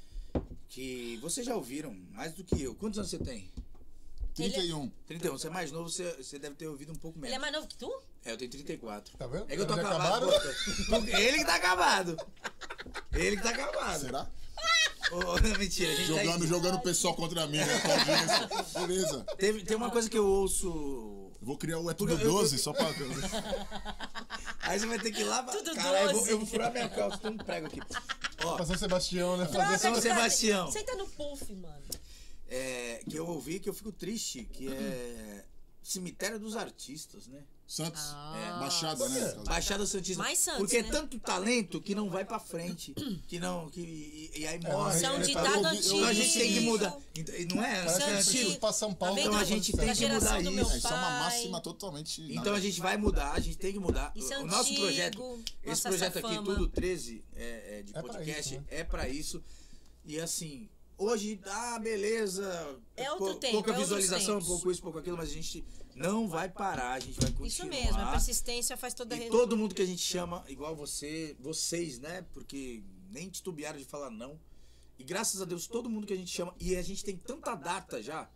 Que vocês já ouviram, mais do que eu. Quantos anos você tem? trinta e um. trinta e um. Você é mais novo, você, você deve ter ouvido um pouco menos. Ele é mais novo que tu? É, eu tenho trinta e quatro. Tá vendo? É que eu tô Já acabado. acabaram? pô. Ele que tá acabado. Ele que tá acabado. Será? Ô, mentira, a gente tá Jogando, aí. jogando o pessoal contra mim, né? Com audiência. Beleza. Teve, tem uma coisa que eu ouço. Eu vou criar o É Tudo Porque eu- doze, só pra... Aí você vai ter que ir lá. Tudo Cara, eu vou, doze. eu vou furar minha calça, tem um prego aqui. Ó, Pra São Sebastião, né? Fazer Troca São de Sebastião. cara- Senta no puff, mano. é, que eu ouvi que eu fico triste, que é Cemitério dos Artistas, né? Santos. Ah. Baixada, né? Baixada Santista. Mais Santos, Porque né? é tanto talento que não vai pra frente. Que não. Que, e, e aí É, morre. Isso é um né? ditado eu- antigo. Então a gente tem que mudar. Então, e não é? Parece É que antigo. preciso pra São Paulo. Tá vendo? Então a gente tem Da que geração mudar do meu isso. Isso é uma pai. máxima totalmente... Então a gente vai mudar, a gente tem que mudar. Isso é o nosso antigo, projeto, esse nossa, projeto essa aqui, fama. Tudo treze, é, é, de É pra podcast, isso, né? é pra isso. E assim, hoje, ah, beleza. É outro pou- tempo, pouca é outros visualização, tempos. pouco isso, pouco aquilo, mas a gente não vai parar, a gente vai continuar. Isso mesmo, a persistência faz toda a E re- todo mundo que a gente chama, igual você, vocês, né? Porque nem titubearam de falar não. E graças a Deus, todo mundo que a gente chama, e a gente tem tanta data já,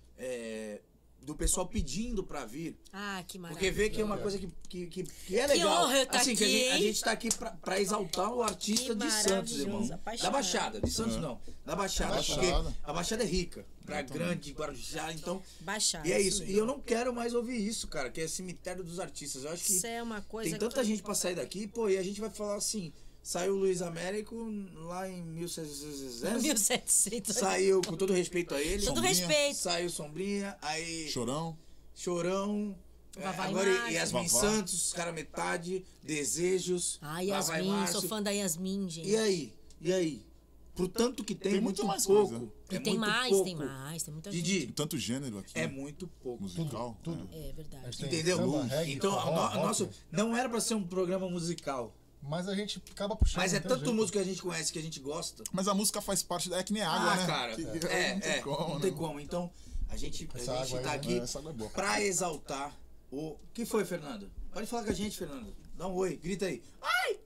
é, do pessoal pedindo pra vir. Ah, que maravilha. Porque vê que é uma coisa que, que, que, que é legal. honra eu tá assim, que a aqui, gente, a hein? gente tá aqui pra, pra exaltar o artista Que de Santos, irmão. maravilhoso, Da apaixonado. Baixada, de Santos não. Da Baixada, Baixada. porque a Baixada é rica. Pra Grande, Guarujá, então. Baixar. E é isso. E eu não quero mais ouvir isso, cara, que é cemitério dos artistas. Eu acho que Isso é uma coisa tem tanta que... gente pra sair daqui, pô, e a gente vai falar assim. Saiu o Luiz Américo lá em mil e setecentos. mil e setecentos. Saiu, com todo respeito a ele. Todo Sombrinha. respeito. Saiu Sombrinha, aí. Chorão. Chorão. é, Vavá e agora Márcio. Yasmin Vavá. Santos, cara metade, Desejos. Ah, Vavá e Yasmin, Márcio. sou fã da Yasmin, gente. E aí? E aí? Pro tanto que tem, Tem é muito, muito mais pouco. coisa. E É tem muito mais, pouco. tem mais, tem muita gente. Didi, Tanto gênero aqui. é né? muito pouco. Musical. tudo. É A verdade. gente tem Entendeu? samba, reggae, Então, forró, o no- rock, nosso não era pra ser um programa musical. Mas a gente acaba puxando. Mas é não tem tanto jeito. música que a gente conhece, que a gente gosta. Mas a música faz parte da... É que nem água, Ah, né? cara. Que- é, não tem é. como, não tem né? como. Então, a gente, a Essa gente água tá aí, aqui né? Essa água é boa. pra exaltar o... O que foi, Fernando? Pode falar com a gente, Fernando. Dá um oi, grita aí. Ai!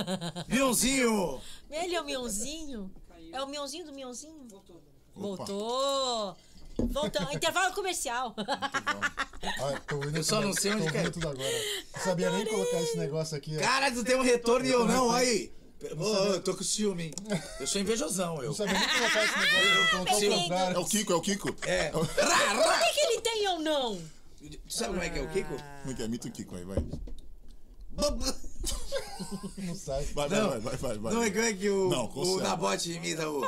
Mionzinho! Ele é o Mionzinho? É o Mionzinho do Mionzinho? Voltou. Opa. Voltou! Voltou. Intervalo comercial. Ah, tô ouvindo Eu só tudo- não sei tô onde que ouvindo é. tudo agora. Não sabia nem colocar esse negócio aqui. ó. Caralho, tu tem um retorno e eu não, olha aí. Ô, eu tô com ciúme, hein? Eu sou invejosão, eu. Não sabia nem colocar esse negócio. Eu coloquei Bem-vindo. ao É contrário. o Kiko, é o Kiko. É. Por que, que ele tem ou não? Tu sabe como é que é o Kiko? Como é que é? Imita o Kiko aí, vai. Não sai. Vai, Não. vai, vai, vai, vai. Não é como é que o, Não, o consegue. Nabote imita o...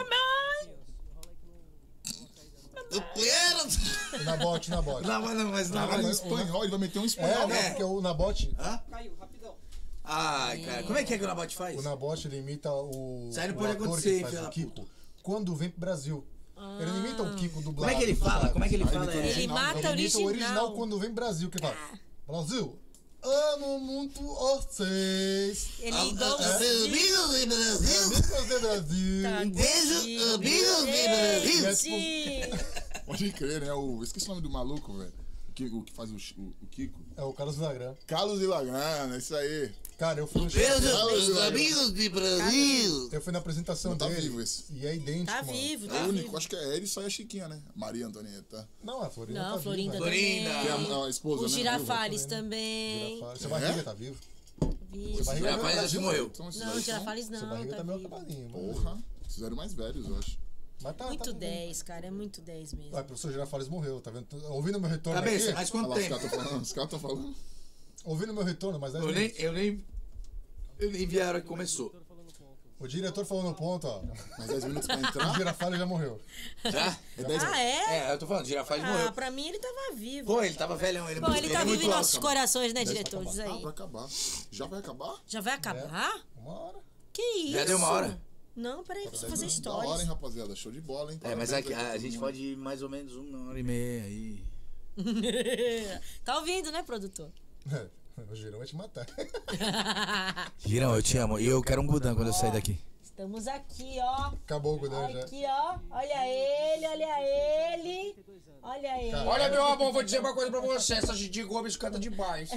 Na bote, na bote. Não, mas não, mas não. Caralho, em mas- espanhol, ele vai meter um É, espanhol. não, né? porque o Nabote, Hã? Caiu, rapidão. Ai, cara, como é que é que o Nabote faz? o Nabote ele imita o, Isso aí não o pode ator acontecer, que hein, faz filha o da Kiko puta. quando vem pro Brasil. Ele não imita o Kiko dublado. Como é que ele fala? Como é que ele Aí fala? ele tá É- Ele original, mata Ele o imita o original original. quando vem pro Brasil, que ele fala, Brasil, amo muito vocês. Ele Ah, igual ah, Amigos do Brasil, Amigos do Brasil. um beijo, amigos do Brasil. Gente! Pode crer, né? O... Esqueci o nome do maluco, velho. O que, o que faz o, o, o Kiko. É o Carlos Villagrán. Carlos Ilagrana, isso aí. Cara, eu fui no Beijo, Carlos amigos do Brasil. Eu fui na apresentação Não tá dele. vivo esse. E é idêntico, Tá mano. vivo, É tá o único, vivo. acho que é ele só e a Chiquinha, né? Maria Antonieta. Não, a Florinda Não, tá Florinda viva. Florinda. Que é também. a, a esposa, O né? Girafales Viva, também. Girafales. Seu barriga tá vivo. Vivo. Seu barriga Girafales tá acho que vivo. morreu. Então, esses Não, aí são- Girafales Seu não, barriga tá tá meio vivo. acabadinho. mano. Porra. Esses eram mais velhos, eu acho. Mas tá, Muito tá dez, cara, é muito dez mesmo. Ah, o professor Girafales morreu, tá vendo? Ouvindo meu retorno Cabeça, aqui. mas Olha quanto lá, os tempo? caras estão falando. Os caras estão falando. Ouvindo meu retorno, mas dez Eu nem, minutos. eu nem, eu nem vi a hora que começou. O diretor falou no ponto, ó. Mais dez minutos pra O entrar. Girafales já morreu. Já? É dez Ah, é? É, eu tô falando, Girafales Ah, morreu. pra mim ele tava vivo. Pô, ele tava velhão, ele, é Bom, muito- ele tá é vivo muito em alto, nossos cara. corações, né, Dez diretor? pra Diz acabar. Ah, aí. vai acabar. Já vai acabar? Já vai acabar? Uma hora. Que isso? Já deu uma hora? Não, peraí, preciso fazer Da hora, hein, stories. rapaziada? Show de bola, hein? É, mas Parabéns aqui, aí pra a, a todo gente mundo. pode ir mais ou menos uma hora e meia aí. Tá ouvindo, né, produtor? O Girão vai te matar. Girão, eu te amo. E eu quero um Gudan quando eu sair daqui. Estamos aqui, ó. Acabou o Gudão já. Aqui, ó. Olha ele, olha ele. Olha ele. Olha, meu amor, vou dizer uma coisa pra você. Essa Didi Gomes canta demais.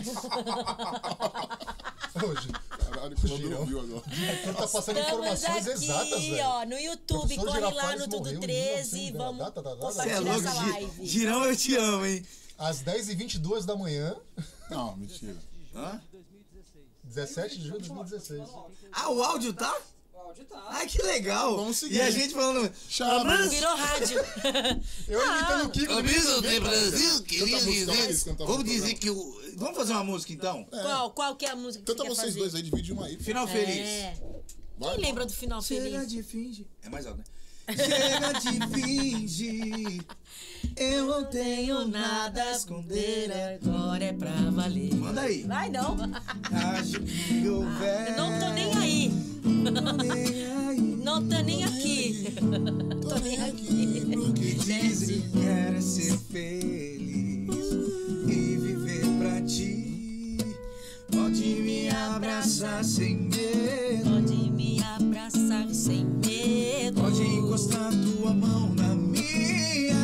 Hoje. Caralho, que Girão. não ouviu agora. Ele tá passando Estamos informações aqui, exatas, velho. ó, no YouTube. Professor Corre lá Girafales no Tudo morreu em treze. mil e novecentos, Vamos data, data, data. compartilhar essa live. Girão, eu te amo, hein? Às dez e vinte e duas da manhã, Não, mentira. Hã? dezessete de julho de dois mil e dezesseis. Ah, o áudio tá? O áudio tá. Ai, que legal. Vamos seguir. E a gente falando... Chama. Virou rádio. Eu imitando o Kiko. Aviso de Brasil, queria Canta a música, dizer. Luiz, canta a Vamos música. dizer que o. Vamos fazer uma música, então? Qual, qual que é a música que Canta você quer vocês fazer? dois aí, divide uma aí. Final feliz. É. Vai, Quem lembra do final Chega feliz? de fingir. É mais alto, né? Chega de fingir. Eu não tenho nada a esconder. Agora é pra valer. Manda aí. Vai não. Acho que houver. Eu não tô nem aí. nem aí. Não tô nem aqui. Tô nem aqui pro que Dizem que quero ser feliz e viver pra ti. Pode me abraçar sem medo. Pode me abraçar sem medo. Pode encostar tua mão na minha.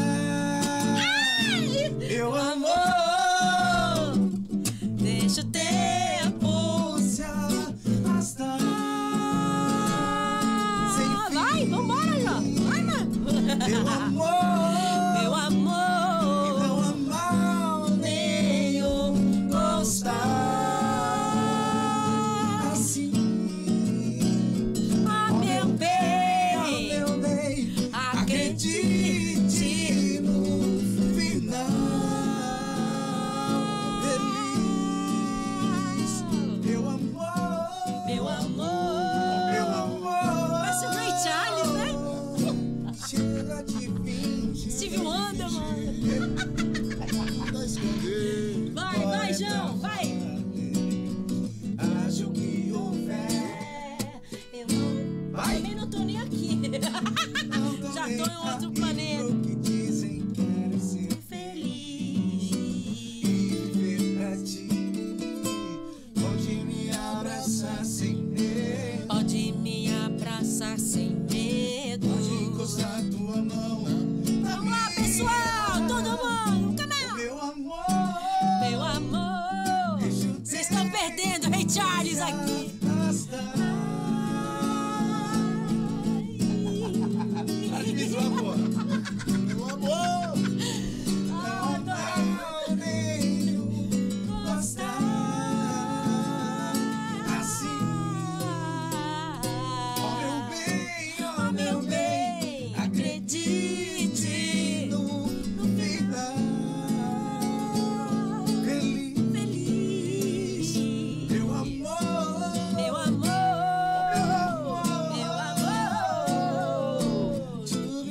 Meu amor, Deixa o tempo. se arrastar. Ah, vai, vambora, já. Vai, mano. Meu amor, Meu amor. não amar nem eu gostar assim. Ah, meu bem. Meu bem, Acredite no final feliz. Meu amor, Meu amor. meu amor. Parece o Ray Charles, né? Chega de fingir. Steve Wonder, mano. esconder. Vai, vai, João, vai. Acho que houver. Eu não, Vai. também não tô nem aqui. Já tô em outro planeta. Que dizem que quero ser Feliz. viver pra ti. Pode me abraçar sem medo. Pode me abraçar sem medo. Pode encostar tua mão na Vamos lá, pessoal. Todo mundo. Come on. meu amor. Meu amor. Vocês estão perdendo, Ray Charles aqui. Aviso, amor. Meu amor. Ah, Não tenho gostar assim. Oh, meu bem, oh, Ah, meu bem, acredite no final feliz. feliz. Meu amor, Meu amor, meu amor.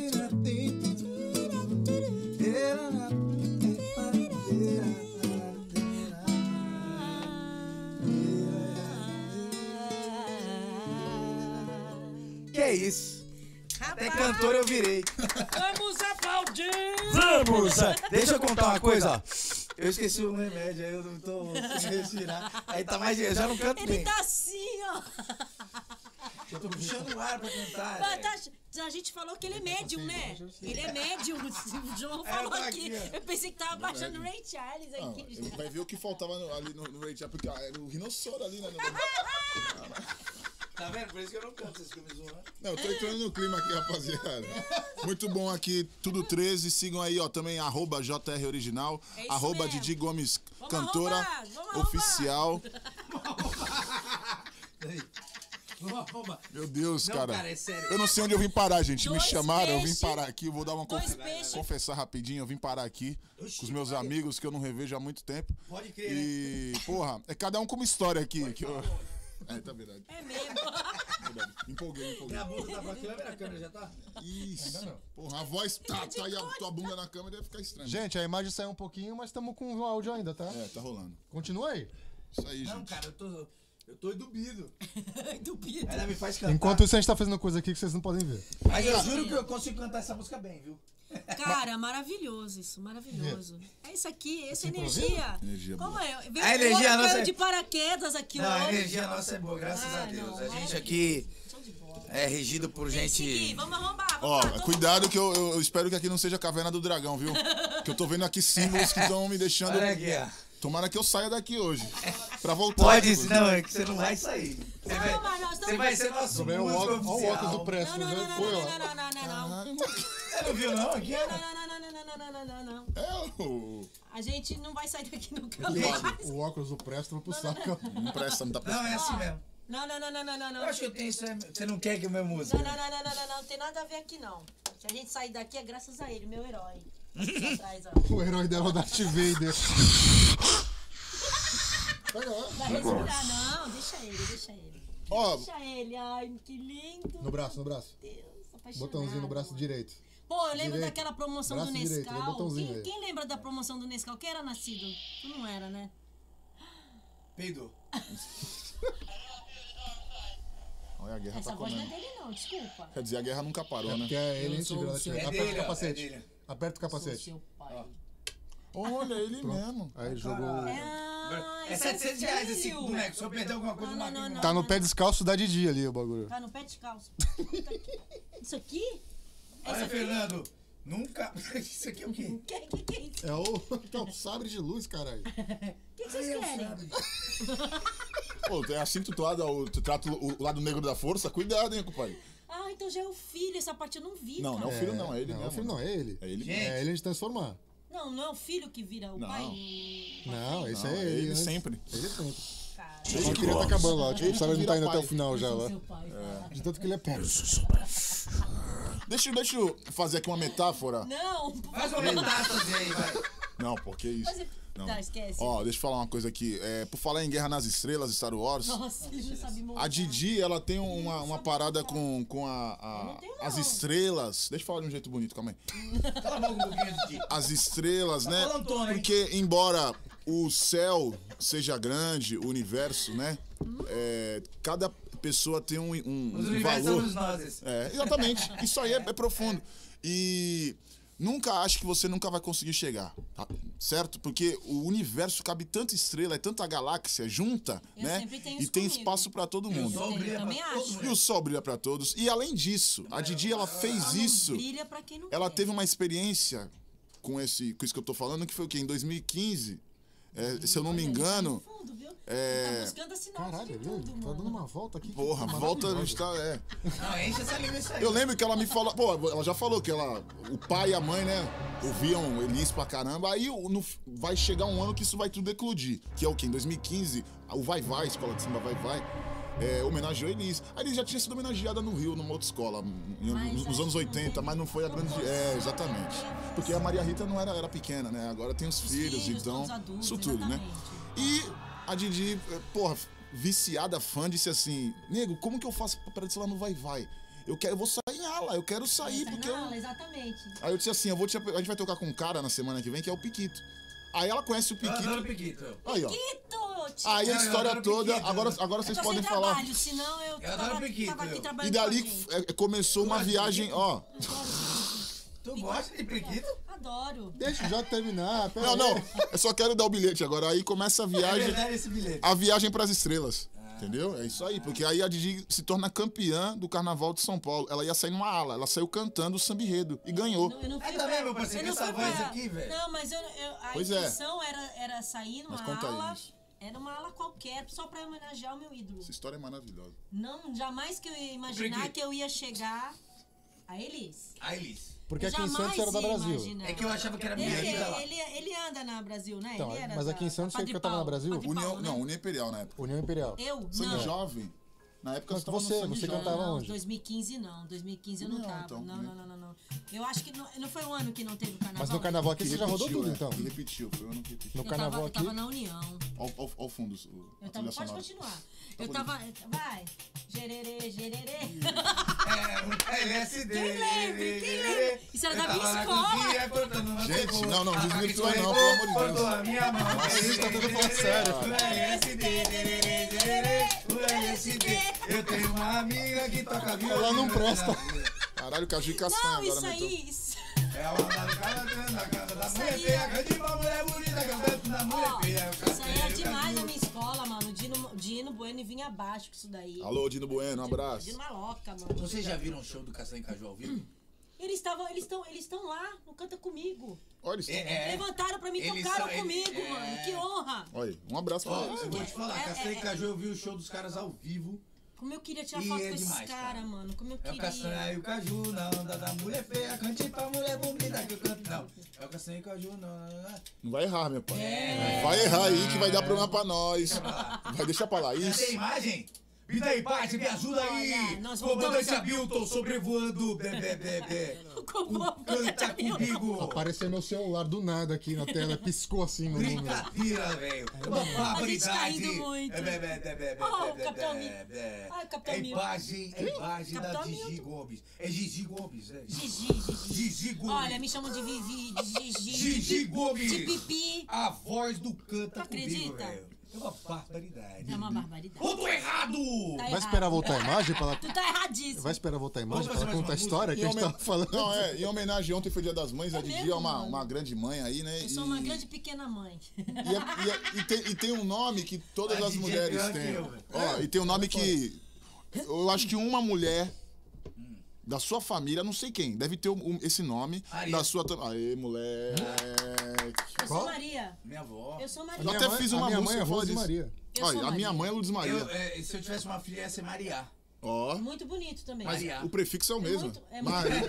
Que é isso? Até Rapaz, cantor eu virei. vamos aplaudir. Vamos! Deixa eu contar uma coisa, ó. Eu esqueci o remédio, aí eu não tô sem respirar. Aí tá mais. Eu já não canto Ele bem. tá assim, ó. Eu tô puxando o ar pra cantar. Mas velho. tá- A gente falou que ele é médium, né? Ele é médium. O João falou tá aqui. aqui, ó. Eu pensei que tava baixando o Ray Charles Não, aqui. ele vai ver o que faltava no- ali no, no Ray Charles, porque ah, era o rinossoro ali, né? no- Tá vendo? Por isso que eu não canto, vocês ficam me zoando. Não, eu tô entrando no clima aqui, rapaziada. Muito bom aqui, tudo treze. Sigam aí, ó, também, arroba J R Original, É isso arroba mesmo. Didi Gomes Vamos Cantora arrombar, vamos arrombar. Oficial. Vamos, vamos. Meu Deus, Não, cara. cara, é sério. Eu não sei onde eu vim parar, gente. Me Dois chamaram, eu vim peixes. parar aqui. Eu vou dar uma Dois conf... peixes. confessar rapidinho. Eu vim parar aqui com os meus amigos que eu não revejo há muito tempo. Pode crer, E, porra, é cada um com uma história aqui. Que eu... É, tá verdade. É mesmo. verdade. Me empolguei, me empolguei. Minha bunda tá pra câmera, a câmera já tá? Isso. Porra, a voz tá, tá e a tua bunda na câmera deve ficar estranha. Gente, a imagem saiu um pouquinho, mas estamos com o áudio ainda, tá? É, tá rolando. Continua aí. Isso aí, Não, gente. cara, eu tô. Eu tô dubido. Duvido. Ela me faz cantar. Enquanto isso, a gente tá fazendo coisa aqui que vocês não podem ver. Mas eu juro que eu consigo cantar essa música bem, viu? Cara, maravilhoso isso, maravilhoso. É isso aqui, essa improviso? energia. Energia Como boa. é? Veio A energia outro, nossa veio é- de paraquedas aqui Não, a hoje. energia nossa é boa, graças Ah, a Deus. não, A gente maravilha. aqui Show de bola. é regido por Tem que seguir, gente... vamos arrombar, vamos Ó, lá, todo cuidado que eu, eu- eu espero que aqui não seja a Caverna do Dragão, viu? Que eu tô vendo aqui símbolos que estão me deixando... Olha aqui, ó. Tomara que eu saia daqui hoje. Pra voltar. Pode, inclusive. não, é que você não vai sair. Você Não, vai, mas nós você estamos- vai ser nosso Também o músico óculos, ó, o óculos do oficial. Presto, Não, não, não, né? não, Foi, não, ó. não, não, não, não, não. Caralho, Você não viu não aqui? Não, não, não, não, não, não, não, não, não. É o... A gente não vai sair daqui nunca Gente, mais. o óculos do Presto vai pro saco. Não presta, não tá Não, prestando. é assim mesmo. Não, não, não, não, não, não, não. Eu acho que eu tenho isso, é- você não quer que o meu músico. Não, não, não, não, não, não, não, não tem nada a ver aqui não. Se a gente sair daqui é graças a ele, meu herói. Aqui atrás, ó. O herói dela é o Darth Vader. Pega lá. Vai respirar, não, deixa ele, deixa ele. Ó, Deixa ele, ai, que lindo. No braço, no braço. Deus, apaixonado. Botãozinho no braço direito. Pô, eu lembro Direito. daquela promoção Braço do direito, vem Nescau. botãozinho Quem, aí. quem lembra da promoção do Nescau? Quem era nascido? Tu não era, né? Peidou. olha, a guerra Essa tá voz não é comendo. dele não, desculpa. Quer dizer, a guerra nunca parou, É né? porque é ele, Eu a gente sou vira o na seu- tira. É Aperta dele, o capacete. é dele. Aperta o Sou capacete. seu pai. Olha, ele mesmo. Aí ele jogou. Ah, É isso setecentos reais esse sério? boneco. Se eu perder alguma coisa, Não, não, não, não, não, não. Tá no pé descalço da Didi ali o bagulho. Tá no pé descalço. Isso aqui? É isso Olha, aqui? Fernando. Nunca. Isso aqui é o quê? O que, que, que é isso? É o, é o sabre de luz, caralho. O que, que vocês Ai, eu querem? sabe. Pô, é assim que tu trata o, tu trata o o lado negro da força? Cuidado, hein, compadre. Ah, então já é o filho. Essa parte eu não vi, Não, cara. não é o filho, não. É ele não, mesmo. o filho não, é ele. É ele Gente. mesmo. É ele de transformar. Não, não é o filho que vira o Não. pai? Não, esse Não, é é ele. ele antes. sempre. Ele sempre. Cara, Só que ele tá acabando lá. Tipo, Ele o sabe, ele não tá indo vira até o pai. final já lá. seu pai. fala. De tanto que ele é perto. Deixa, deixa eu fazer aqui uma metáfora. Não, por Faz favor. uma metástase aí, vai. Não, pô, que isso. Mas é- Não. Tá, esquece. Ó, deixa eu falar uma coisa aqui. É, por falar em Guerra nas Estrelas, Star Wars, Nossa, ele não sabe montar. a Didi, ela tem uma, uma parada com, com a, a- Eu não tenho, não. as estrelas. Deixa eu falar de um jeito bonito, calma aí. Cala a boca um pouquinho, Didi. As estrelas, né? falando tona, hein? Porque, embora o céu seja grande, o universo, né? É, cada pessoa tem um, um, Os um universos valor. somos nós. É, exatamente. Isso aí é, é profundo. E nunca acho que você nunca vai conseguir chegar, tá? Certo? Porque o universo cabe tanta estrela, é tanta galáxia junta, Eu né? sempre tenho E isso tem comigo. espaço pra todo mundo. sol Eu brilha também pra acho. todo mundo. E o sol brilha pra todos. E além disso, a Didi ela fez isso. Brilha pra quem não Ela quer. teve uma experiência com esse, com isso que eu tô falando, que foi o quê? Em dois mil e quinze, é, se eu não me Olha, ele tá engano. no fundo, viu? é- Ele tá buscando a sinopse Caralho, de viu? tudo, Tá mano. dando uma volta aqui. Porra, volta a gente tá. É. Não, enche essa linguiça aí. Eu lembro que ela me falou, pô, ela já falou que ela, o pai e a mãe, né, ouviam Elis pra caramba. Aí o- no- vai chegar um ano que isso vai tudo eclodir, que é o quê? Em dois mil e quinze, o Vai Vai, Escola de Samba Vai Vai, é, homenageou Elis. Aí Elis já tinha sido homenageada no Rio, numa outra escola, em- Mas nos acho anos que não oitenta, teve mas não foi a grande. É, exatamente. Porque a Maria Rita não era, era pequena, né? Agora tem os, filhos, filhos, então. todos adultos, isso tudo, né? exatamente. E a Didi, eh, porra, viciada, fã, disse assim: nego, como que eu faço pra aparecer lá no Vai Vai? Eu, quero, eu vou sair em ala, eu quero sair, Tá porque na eu. aula, exatamente. Aí eu disse assim: eu vou te, ap- a gente vai tocar com um cara na semana que vem, que é o Piquito. Aí ela conhece o Eu adoro Piquito. Piquito. Aí, ó. Piquito! tio. Aí a Não, eu história adoro toda, Piquito. agora, agora Eu vocês tô podem sem falar. trabalho, senão eu, Eu tava, adoro Piquito, tava aqui eu. trabalhando E com dali alguém. eh, começou uma gosta de viagem, Piquito? ó. Tu gosta de Piquito? Adoro. Deixa o Jota terminar. pera Não, aí. não, eu só quero dar o bilhete agora. Aí começa a É viagem. verdade esse bilhete. A viagem pras estrelas. Entendeu? É isso aí. Porque aí a Didi se torna campeã do Carnaval de São Paulo. Ela ia sair numa ala. Ela saiu cantando o samba enredo. E ganhou. Eu não fui Aí também, pra- meu parceiro, eu não com essa fui voz pra- aqui, velho. Não, mas eu, eu- a Pois é. intenção era, era sair numa Mas conta aí ala. isso. Era uma ala qualquer, só pra homenagear o meu ídolo. Essa história é maravilhosa. Não, jamais que eu ia imaginar Por quê? que eu ia chegar a Elis. A Elis. Porque Eu aqui em jamais Santos era da ia Brasil. imaginar. É que eu achava que era Ele, minha amiga lá. ele, ele anda na Brasil, né? Então, ele era mas da- aqui em Santos da você cantava na Padre Brasil? Padre União, Paulo, né? não, União Imperial na época. União Imperial. Eu? Sangue não. Jovem. Na época Mas você tava você- no Sangue você Jovem. cantava Não, onde? dois mil e quinze não. dois mil e quinze eu não Não, tava. então, não, né? não, não, não, não. Eu acho que não, não foi um ano que não teve carnaval. Mas no carnaval aqui Que você já rodou repetiu, tudo, né? então. Que repetiu, foi o ano que repetiu. No Eu carnaval tava, eu aqui. tava na União. Ó, ó, ó o fundo, o, Eu a tava, trilha pode sonora. continuar. Eu tava. Vai. Gererê, gererê. É, um L S D. Quem lembra? Quem lembra? Isso era Eu da minha tava na escola. cozinha cortando uma Gente, cebola. não, não, A desvirtua que não, pelo amor de cortou Deus. a minha mão. Nossa, isso tá tudo falando sério. L S D. O L S D. Eu tenho uma amiga que toca violino. Ela não presta. Caralho, caju e castanha Não, agora, isso mentor. aí, isso. É a onda do cara canta, canta da Isso mulher aí, feia. ó. Cante pra mulher bonita, cantando da mulher Ó, feia. isso aí é demais na minha escola, mano. O Dino, Dino Bueno vinha abaixo com isso daí. Alô, Dino Bueno, um abraço. Dino Maloca, mano. Vocês já viram o show do Castanho e Caju ao vivo? Eles estavam, eles estão, eles estão lá no Canta Comigo. Olha isso. É, é. Levantaram pra mim, Eles tocaram são- comigo, ele- mano. é. Que honra. Olha, um abraço pra Ó, eles. eu vou te falar, É, Castanho é, e Caju eu vi o show dos caras ao vivo. Como eu queria tirar E foto é com esses demais, caras, cara. mano. Como eu É o Castanho queria. e o Caju na onda da mulher feia. Cante pra mulher bonita que eu canto. Não, é o Castanho e o Caju, não, não, não. Não vai errar, meu pai. É. Vai errar aí que vai dar problema pra nós. Vai deixar pra lá. Já Isso. tem imagem? Me dá imagem, me ajuda aí! Olha, nós Comandante voltamos- Hamilton sobrevoando, bebê, bebê. Canta comigo! Apareceu meu celular do nada aqui na tela, piscou assim no número. Brincadeira, velho! É uma A gente barbaridade! tá indo muito. É, bebê, bebê, bebê, Oh, o bebê, Capitão Mil. bebê. Ai, o Capitão É Mil. imagem, é imagem da Capitão Gigi Milton. Gomes. É Gigi Gomes, é. Gigi, Gigi. Gigi Gomes. Olha, me chamam de Vivi, de Gigi. Gigi Gomes. De Pipi. A voz do Canta Tu Comigo, acredita? velho. É uma barbaridade. É uma barbaridade. Ou tô errado! Tá Vai errado. esperar voltar a imagem pra ela... Tu tá erradíssimo. Vai esperar voltar a imagem Vamos pra ela fazer contar a mais uma história que Em a gente homen- tava falando. Não, é, em homenagem, ontem foi dia das mães, a Didi mesmo, é uma, mano? uma grande mãe aí, né? Eu sou uma E- grande pequena mãe. E, é- e é- e tem, e tem um nome que todas A as Didi é mulheres pior que têm. eu, velho. Ó, e tem um nome que. Eu acho que uma mulher da sua família, não sei quem, deve ter um- um- esse nome. Maria. Da sua. tam- Aê, moleque. Eu sou Qual? Maria. Minha avó. Eu sou Eu Maria. até mãe- fiz a uma minha música mãe é que fala Rose disso. Maria. Eu Olha, sou a minha Maria. mãe é Lourdes Maria. Eu, é, se eu tivesse uma filha, ia ser Maria. Ó. Muito bonito também. Mas Maria. o prefixo é o mesmo. muito- é muito- Maria-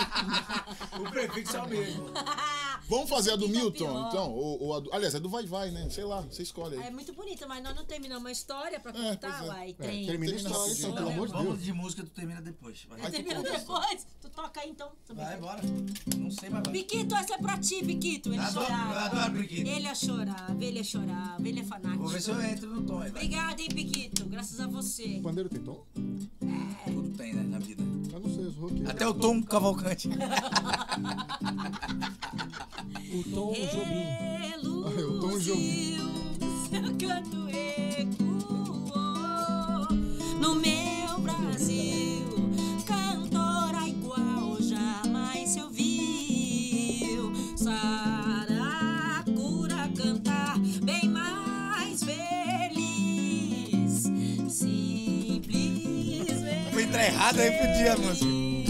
Ma- O prefixo é o mesmo. Vamos fazer a do Isso aqui tá Milton, pior. então? Ou, ou a do... Aliás, é do Vai Vai, né? Sei lá, você escolhe É aí. muito bonita, mas nós não terminamos a história pra É, contar, pois é. uai. É, Tem. termina a Termina história, rapidinho. então, pelo amor de Vamos Deus. de música, tu termina depois. Vai, Termina depois. Tu toca aí então. vai bora. Não sei, mas vai. Piquito, essa é pra ti, Piquito. Ele Adoro, chorava. eu adoro Piquito. Ele ia chorar, ele ia chorar, ele é fanático. Vou ver se eu entro no tom. aí, vai. Obrigada, hein, Piquito. Graças a você. O pandeiro tem tom? Tudo tem, né, na vida. Eu não sei, eu sou roqueiro. Até o Tom Cavalcante. O Tom Jobim. Eu tô um Reluziu, seu canto ecoou no meu Brasil. Cantora igual jamais se ouviu. Saracura cantar bem mais feliz. Simplesmente. Foi entrar errado aí pro dia, música.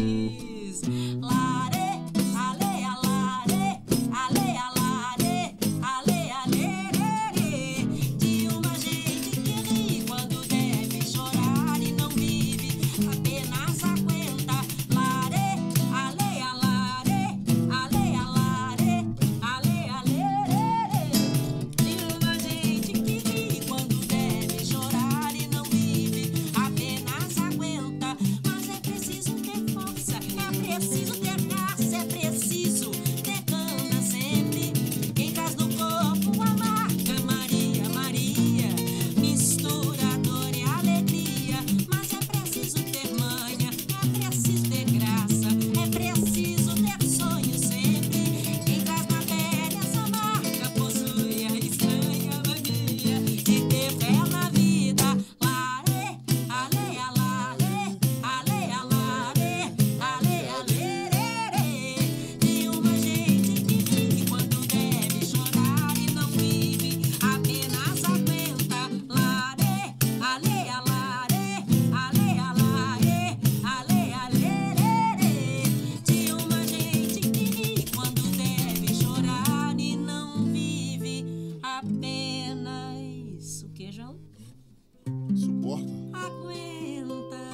Lare, ale, alare, ale, alare, ale, alerere. De uma gente que ri quando deve chorar e não vive, apenas aguenta. Lare, ale, alare, ale, alare, ale, alerere. De uma gente que ri quando deve chorar e não vive, apenas aguenta. Mas é preciso ter força, é preciso ter raça, é preciso ter cana sempre. Quem traz no corpo a marca Maria, Maria, mistura dor e alegria. Mas é preciso ter manha, é preciso ter graça, é preciso ter sonho sempre. Quem traz na pele essa marca possui a estranha mania de ter fé na vida. Lare, ale, alare, ale, alare, ale, alerere. De uma gente que ri quando deve chorar e não vive, apenas aguenta. Lare, ale, alare, ale, alare, ale, alerere. De uma gente que ri quando deve chorar e não vive, apenas o queijão Suporta. aguenta.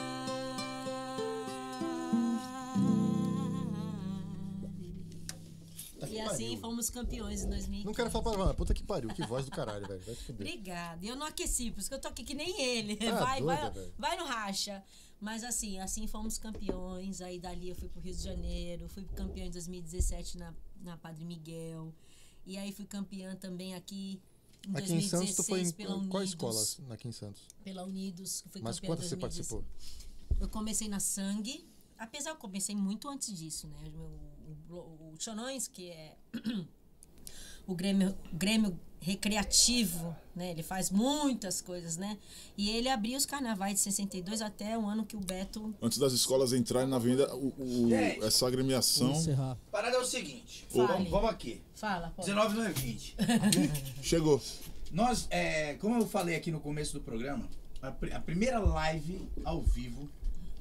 Tá que E assim pariu. fomos campeões em dois mil e quinze. Não quero falar palavrão, puta que pariu, que voz do caralho, velho. Vai se fuder. Obrigada. Eu não aqueci, por isso que eu tô aqui que nem ele. Tá vai, doida, vai, velho. vai no racha. Mas assim, assim fomos campeões. Aí dali eu fui pro Rio de Janeiro. Fui campeã em dois mil e dezessete na, na Padre Miguel. E aí fui campeã também aqui em Aqui em Santos, tu foi em pela Unidos. qual escola aqui em Santos? Pela Unidos. Fui Mas campeã em quantas você dois mil e dezesseis. participou? Eu comecei na Sangue, apesar que eu comecei muito antes disso, né? O, o, o Chonões, que é o Grêmio, Grêmio Recreativo, né? Ele faz muitas coisas, né? E ele abriu os carnavais de sessenta e dois até o ano que o Beto... Antes das escolas entrarem na avenida, o, o- Gente. essa agremiação Encerrar. A parada é o seguinte. Fale. Vamos, vamos aqui. Fala, pô. dezenove não é vinte. chegou. Nós, é, como eu falei aqui no começo do programa, a, pri- a primeira live ao vivo,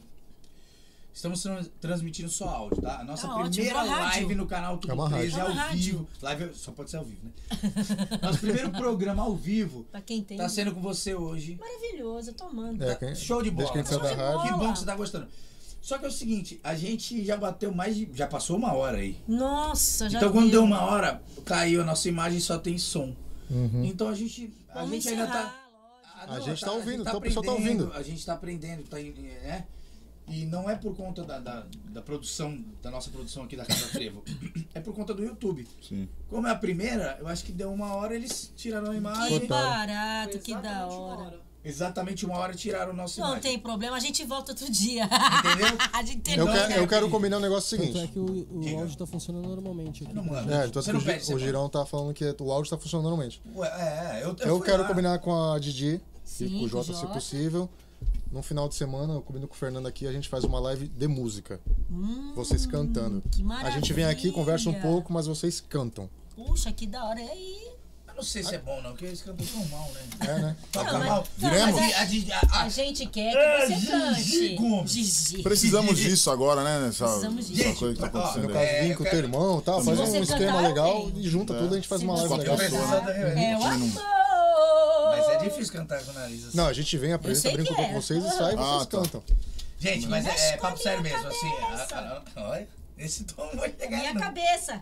estamos trans- transmitindo só áudio, tá? A nossa Tá ótimo, primeira uma rádio. live no canal Tudo É uma treze é rádio. ao É uma rádio. vivo. Live só pode ser ao vivo, né? Nosso primeiro programa ao vivo Pra quem tem. tá sendo com você hoje. Maravilhoso, eu tô amando. É, quem- Show de bola. Desde que a gente saiu da Show de rádio. bola. Que bom que você tá gostando. Só que é o seguinte, a gente já bateu mais de... Já passou uma hora aí. Nossa, já Então quando deu. deu uma hora, caiu a nossa imagem e só tem som. Uhum. Então a gente, a Vamos gente ainda tá... encerrar, lógico. Ah, A gente tá ouvindo, tá então o pessoal tá aprendendo, ouvindo. A gente tá aprendendo, tá, em- né? E não é por conta da, da, da produção, da nossa produção aqui da Casa Trevo. É por conta do YouTube. Sim. Como é a primeira, eu acho que deu uma hora, eles tiraram a imagem. Que barato, que da Exatamente uma hora. Exatamente uma hora tiraram o nosso Não imagem. tem problema, a gente volta outro dia. Entendeu? a gente tem Eu, Então, quero, eu é, quero combinar um negócio Tanto é seguinte. que o, o Diga. áudio tá funcionando normalmente aqui. Não manda. É, então Você que não o, pede, Gi- você o manda. Girão tá falando que o áudio tá funcionando normalmente. Ué, é, eu, Eu fui quero lá. combinar com a Didi Sim, e com o Jota, com o se Jota. possível. No final de semana, eu combino com o Fernando aqui, a gente faz uma live de música. vocês cantando. que A gente vem aqui, conversa um maravilha. pouco, mas vocês cantam. Puxa, que da hora. E aí? Eu não sei se é bom, não, porque eles cantam tão mal, né? É, né? Toca Não, mas- mal. não, Viremos? mas A, Didi- a, A a, gente quer É, que você cante. Gigi Gomes. Gigi. Precisamos disso agora, né? Nessa, Precisamos disso. essa coisa que tá Gente, ó, acontecendo No aí. caso, É, vem eu com o quero- teu irmão, tá? Se Faz você um esquema cantar, legal vem. e junta É. tudo, a gente faz Se uma live você legal. Quatro cantar, pessoas, é o Mas amor. é difícil cantar com o nariz assim. Não, a gente vem, apresenta, sei brinca que com é. vocês e sai e vocês Ah, tá. cantam. Gente, mas é, Mexe é com a papo sério minha mesmo, assim. cabeça. a- a- Olha, esse tom não vai chegar. Minha não. cabeça.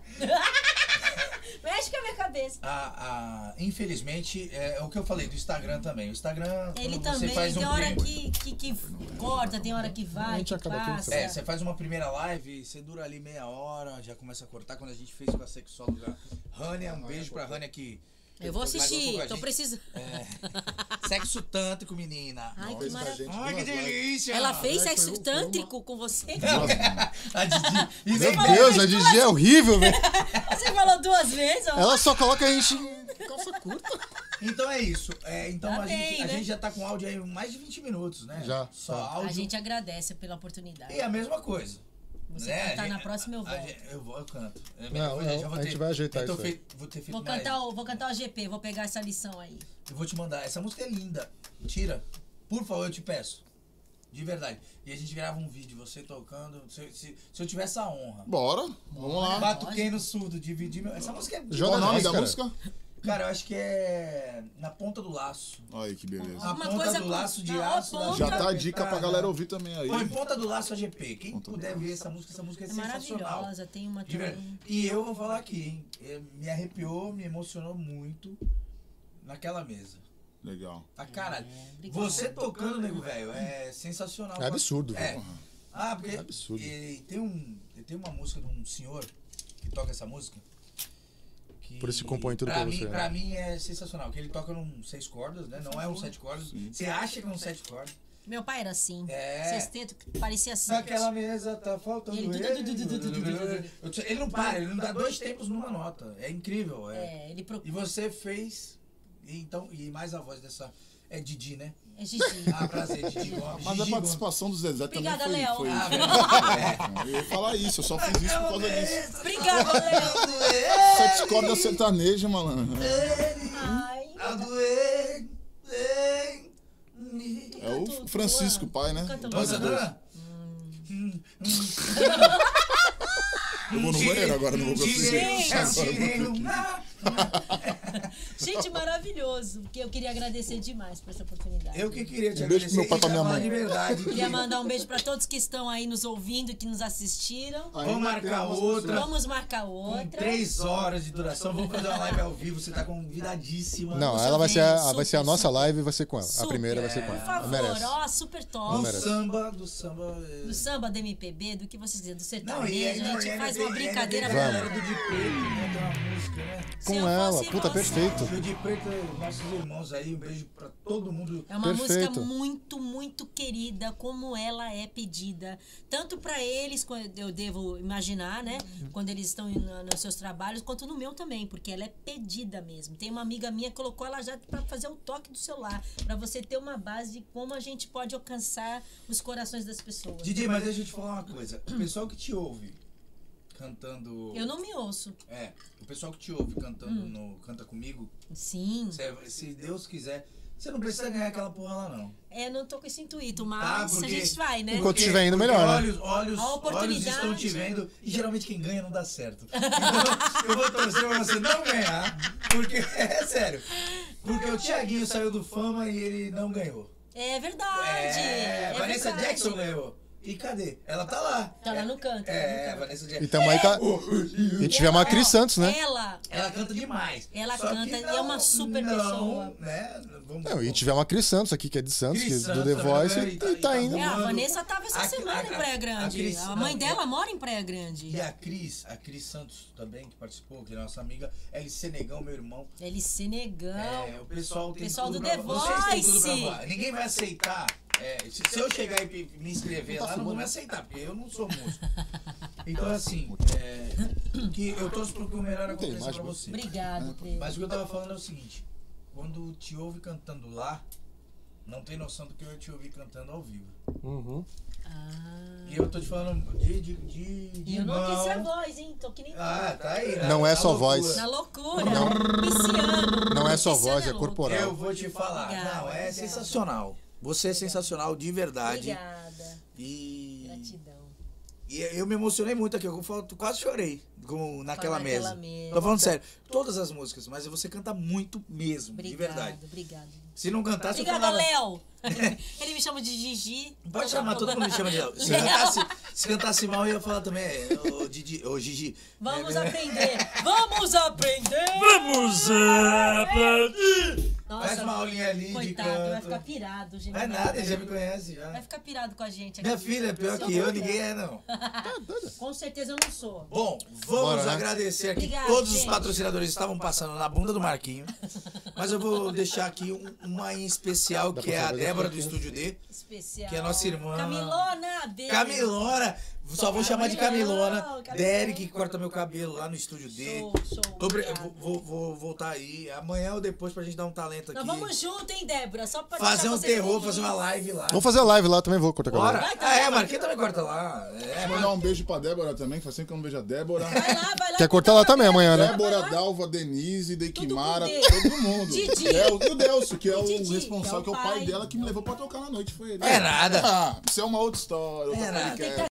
Mexe com a minha cabeça. A, a, infelizmente, é, é o que eu falei do Instagram também. O Instagram, Ele quando também, você faz um tem hora primo- que, que, que corta, tem hora que A vai, gente que acaba aqui, passa. É, você faz uma primeira live, você dura ali meia hora, já começa a cortar. Quando a gente fez com a sexóloga Rânia, um beijo pra Rânia que... Eu vou que assistir, gravou com a tô gente. precisando. É. Sexo tântrico, menina. Ai, que Fez com a maravilha. gente Ai, que duas lives. delícia! Ela fez Foi- sexo foi uma- tântrico com você? A Didi. Isso Meu é Deus, a Didi é horrível, velho. Você falou duas vezes? ó. Ela só coloca a gente em calça curta. Então é isso. É, então Tá a, bem, gente, a né? gente já tá com áudio aí mais de vinte minutos, né? Já, Só tá. áudio. A gente agradece pela oportunidade. E a mesma coisa. Você né? cantar A na gente- próxima, eu a volto. gente- Eu vou, eu canto. Eu, Não, vou- não, já vou a ter- gente vai ajeitar eu tô isso aí. feito- vou ter feito Vou mais. cantar, o, vou cantar o G P, vou pegar essa lição aí. Eu vou te mandar. Essa música é linda. Tira. Por favor, eu te peço. De verdade. E a gente grava um vídeo, você tocando. Se, se, se eu tiver essa honra. Bora, vamos lá. Batuquei no surdo, dividir meu. Essa música é. Qual Joga o nome nós, da cara. música? Cara, eu acho que é. Na ponta do laço. Olha aí que beleza. Na Uma ponta coisa do com- laço de na aço. da ponta. Já tá a Jovem dica pra Prada. galera ouvir também aí. Põe Ponta do Laço A G P. Quem puder ver essa música, essa música é, É sensacional. maravilhosa, tem uma De verdade. também. E eu vou falar aqui, hein? Eh, Me arrepiou, me emocionou muito naquela mesa. Legal. A caralho. obrigada. Você tocando, nego velho, é sensacional. É absurdo, É. velho. Ah, porque É absurdo. e tem, um, tem uma música de um senhor que toca essa música. Que Por isso que compõe tudo pra pra mim, você, né? Pra mim é sensacional, que ele toca num seis cordas, né? Não é um sete cordas. Você acha que é um sete cordas. Meu pai era assim. É. Sexteto, que parecia assim. Naquela mesa tá faltando Ele- ele. Eu te- Ele não para, ele não dá dois tempos numa nota. É incrível. É. É, ele E procura. você fez. E então, e mais a voz dessa. É Didi, né? É Gigi. Ah, prazer, Didi Gomes. Mas a Gigi participação do Zezé Obrigada, também Léo. foi. foi, Ah, foi velho. Eu ia falar isso, eu só fiz isso por causa disso. Obrigada, Léo. Gomes. Sete cordas sertaneja, malandro. Ai. A doer em mim. É o Francisco, pai, né? Canta Nós Nossa, dois. Dana? Eu vou no banheiro agora, não vou conseguir. Gente, maravilhoso. Porque eu queria agradecer demais por essa oportunidade. Eu que queria te Um beijo pro agradecer meu pai e pra e minha falar mãe. de verdade. que Queria mandar um beijo pra todos que estão aí nos ouvindo e que nos assistiram. Vamos marcar outra. Vamos marcar Com outra. três horas de duração. Vamos fazer uma live ao vivo. Você tá convidadíssima. Não, Nossa, ela vai vem, ser, a, super, vai ser a nossa super. live e vai ser com ela. A Super. primeira vai ser com Por ela. favor, Merece. ó, super Do top. merece. samba, do samba. é- Do samba, do M P B, do que vocês quiserem, do Não, e sertanejo. aí, A gente não, e faz ainda uma tem- brincadeira ainda tem a pra galera do de preto, né? Tem uma música, né? Se Com eu ela, fosse puta, você. perfeito. Fio de Preto, nossos irmãos aí, um beijo pra todo mundo. É uma Perfeito. música muito, muito querida, como ela é pedida. Tanto pra eles, quando eu devo imaginar, né? Quando eles estão na- nos seus trabalhos, quanto no meu também, porque ela é pedida mesmo. Tem uma amiga minha que colocou ela já pra fazer o toque do celular, pra você ter uma base de como a gente pode alcançar os corações das pessoas. Didi, mas deixa eu te falar uma coisa. O pessoal que te ouve cantando. Eu não me ouço. É, o pessoal que te ouve cantando no Canta Comigo, Sim. cê- se Deus quiser, você não precisa ganhar aquela porra lá, não. É, não tô com esse intuito, Tá, mas a porque- gente vai, né? Enquanto estiver indo, melhor, né? Olhos, olhos, A olhos oportunidade. estão te vendo e geralmente quem ganha não dá certo. Então, eu vou torcer pra você não ganhar, porque, é sério, porque o Thiaguinho saiu do Fama e ele não ganhou. É verdade. É, é Vanessa verdade. Jackson ganhou. E cadê? Ela tá lá. Tá lá no canto. É, tá no canto. Vanessa Jackson. E tamo aí ca- E tivemos a Cris Santos, né? Ela, Ela canta demais. Ela Só que canta e é uma super não, pessoa. Né? Vamos, Não, e tivemos a Cris Santos aqui, que é de Santos, Cris que, Santos do The também, Voice, né? e, E tá- e tá e tá indo. É, a Mano, Vanessa tava essa a- semana a- em Praia a Grande. Cris- A mãe não, dela mora em Praia Grande. E a Cris, a Cris Santos também, que participou, que é nossa amiga, L C Negão, meu irmão. L C Negão. É, o pessoal tem Pessoal tudo do pra, The vocês têm tudo pra Voice. voar. Ninguém vai aceitar. É, se, se eu chegar e pe- me inscrever lá, não vão me aceitar, porque eu não sou músico. Então, assim, é, que eu torço para que o melhor Não tem aconteça mais, pra né? você. Obrigado, Pedro. Mas o que eu tava falando é o seguinte: quando te ouve cantando lá, não tem noção do que eu te ouvi cantando ao vivo. Uhum. Ah. E eu tô te falando de. de, de, de E eu não quis ser mão. voz, hein? Tô que nem. Ah, tá aí. né? Não é Tá só loucura. voz. Na loucura. Pisciano. Não é só Pisciano voz, é louco. corporal. Eu vou te falar. Obrigada, não, é obrigada. sensacional. Você é sensacional de verdade. Obrigada. E, Gratidão. e eu me emocionei muito aqui. Eu falo- quase chorei com, naquela naquela mesa. mesa. Tô falando sério. Todas as músicas, mas você canta muito mesmo, Obrigado, de verdade. obrigado. Se não cantasse, eu Obrigada, falava. Léo. Ele me chama de Gigi. Pode chamar, todo mundo me chama de Léo. Se Léo. cantasse, se cantasse mal, eu ia falar também. é, Ô, Didi, ô, Gigi. Vamos É, aprender. Vamos aprender. Vamos aplaudir! Nossa, Faz uma aulinha ali de coitado, vai canto. ficar pirado. gente. Não é nada, ele já me conhece já. Vai ficar pirado com a gente aqui. Minha filha é pior que eu, ninguém é, não. Com certeza eu não sou. Bom, vamos Bora, né? agradecer aqui. Obrigada, Todos os gente. patrocinadores estavam passando na bunda do Marquinho. Mas eu vou deixar aqui um- uma em especial, Dá que pra é a fazer Débora aqui? do Estúdio D. Especial. Que é nossa irmã. Camilona, beijo. Camilona! Só vou chamar de Camilona. Camilão. Derek, que corta meu cabelo lá no Estúdio D. Show, show. Tô pre- obrigada. vou, vou- vou voltar aí amanhã ou depois pra gente dar um talento aqui. Nós vamos junto, hein, Débora? Só pra Fazer deixar um você terror, feliz. fazer uma live lá. Vamos fazer a live lá também, vou cortar cabelo. Bora! Vai, tá Ah, é, bom. Marquinhos também corta lá. É, Mandar um beijo pra Débora também, que faz tempo que eu não vejo a Débora. Vai lá, vai lá. Quer cortar lá também amanhã, né? Débora, Vai lá. Dalva, Denise, Dequimara, Tudo com D. todo mundo. Didi. Del- E o Delcio, que é o Didi, responsável, que é o pai pai. dela, que me levou pra tocar na noite. Foi ele. É nada. Ah, isso é uma outra história. Outra É nada. podcast.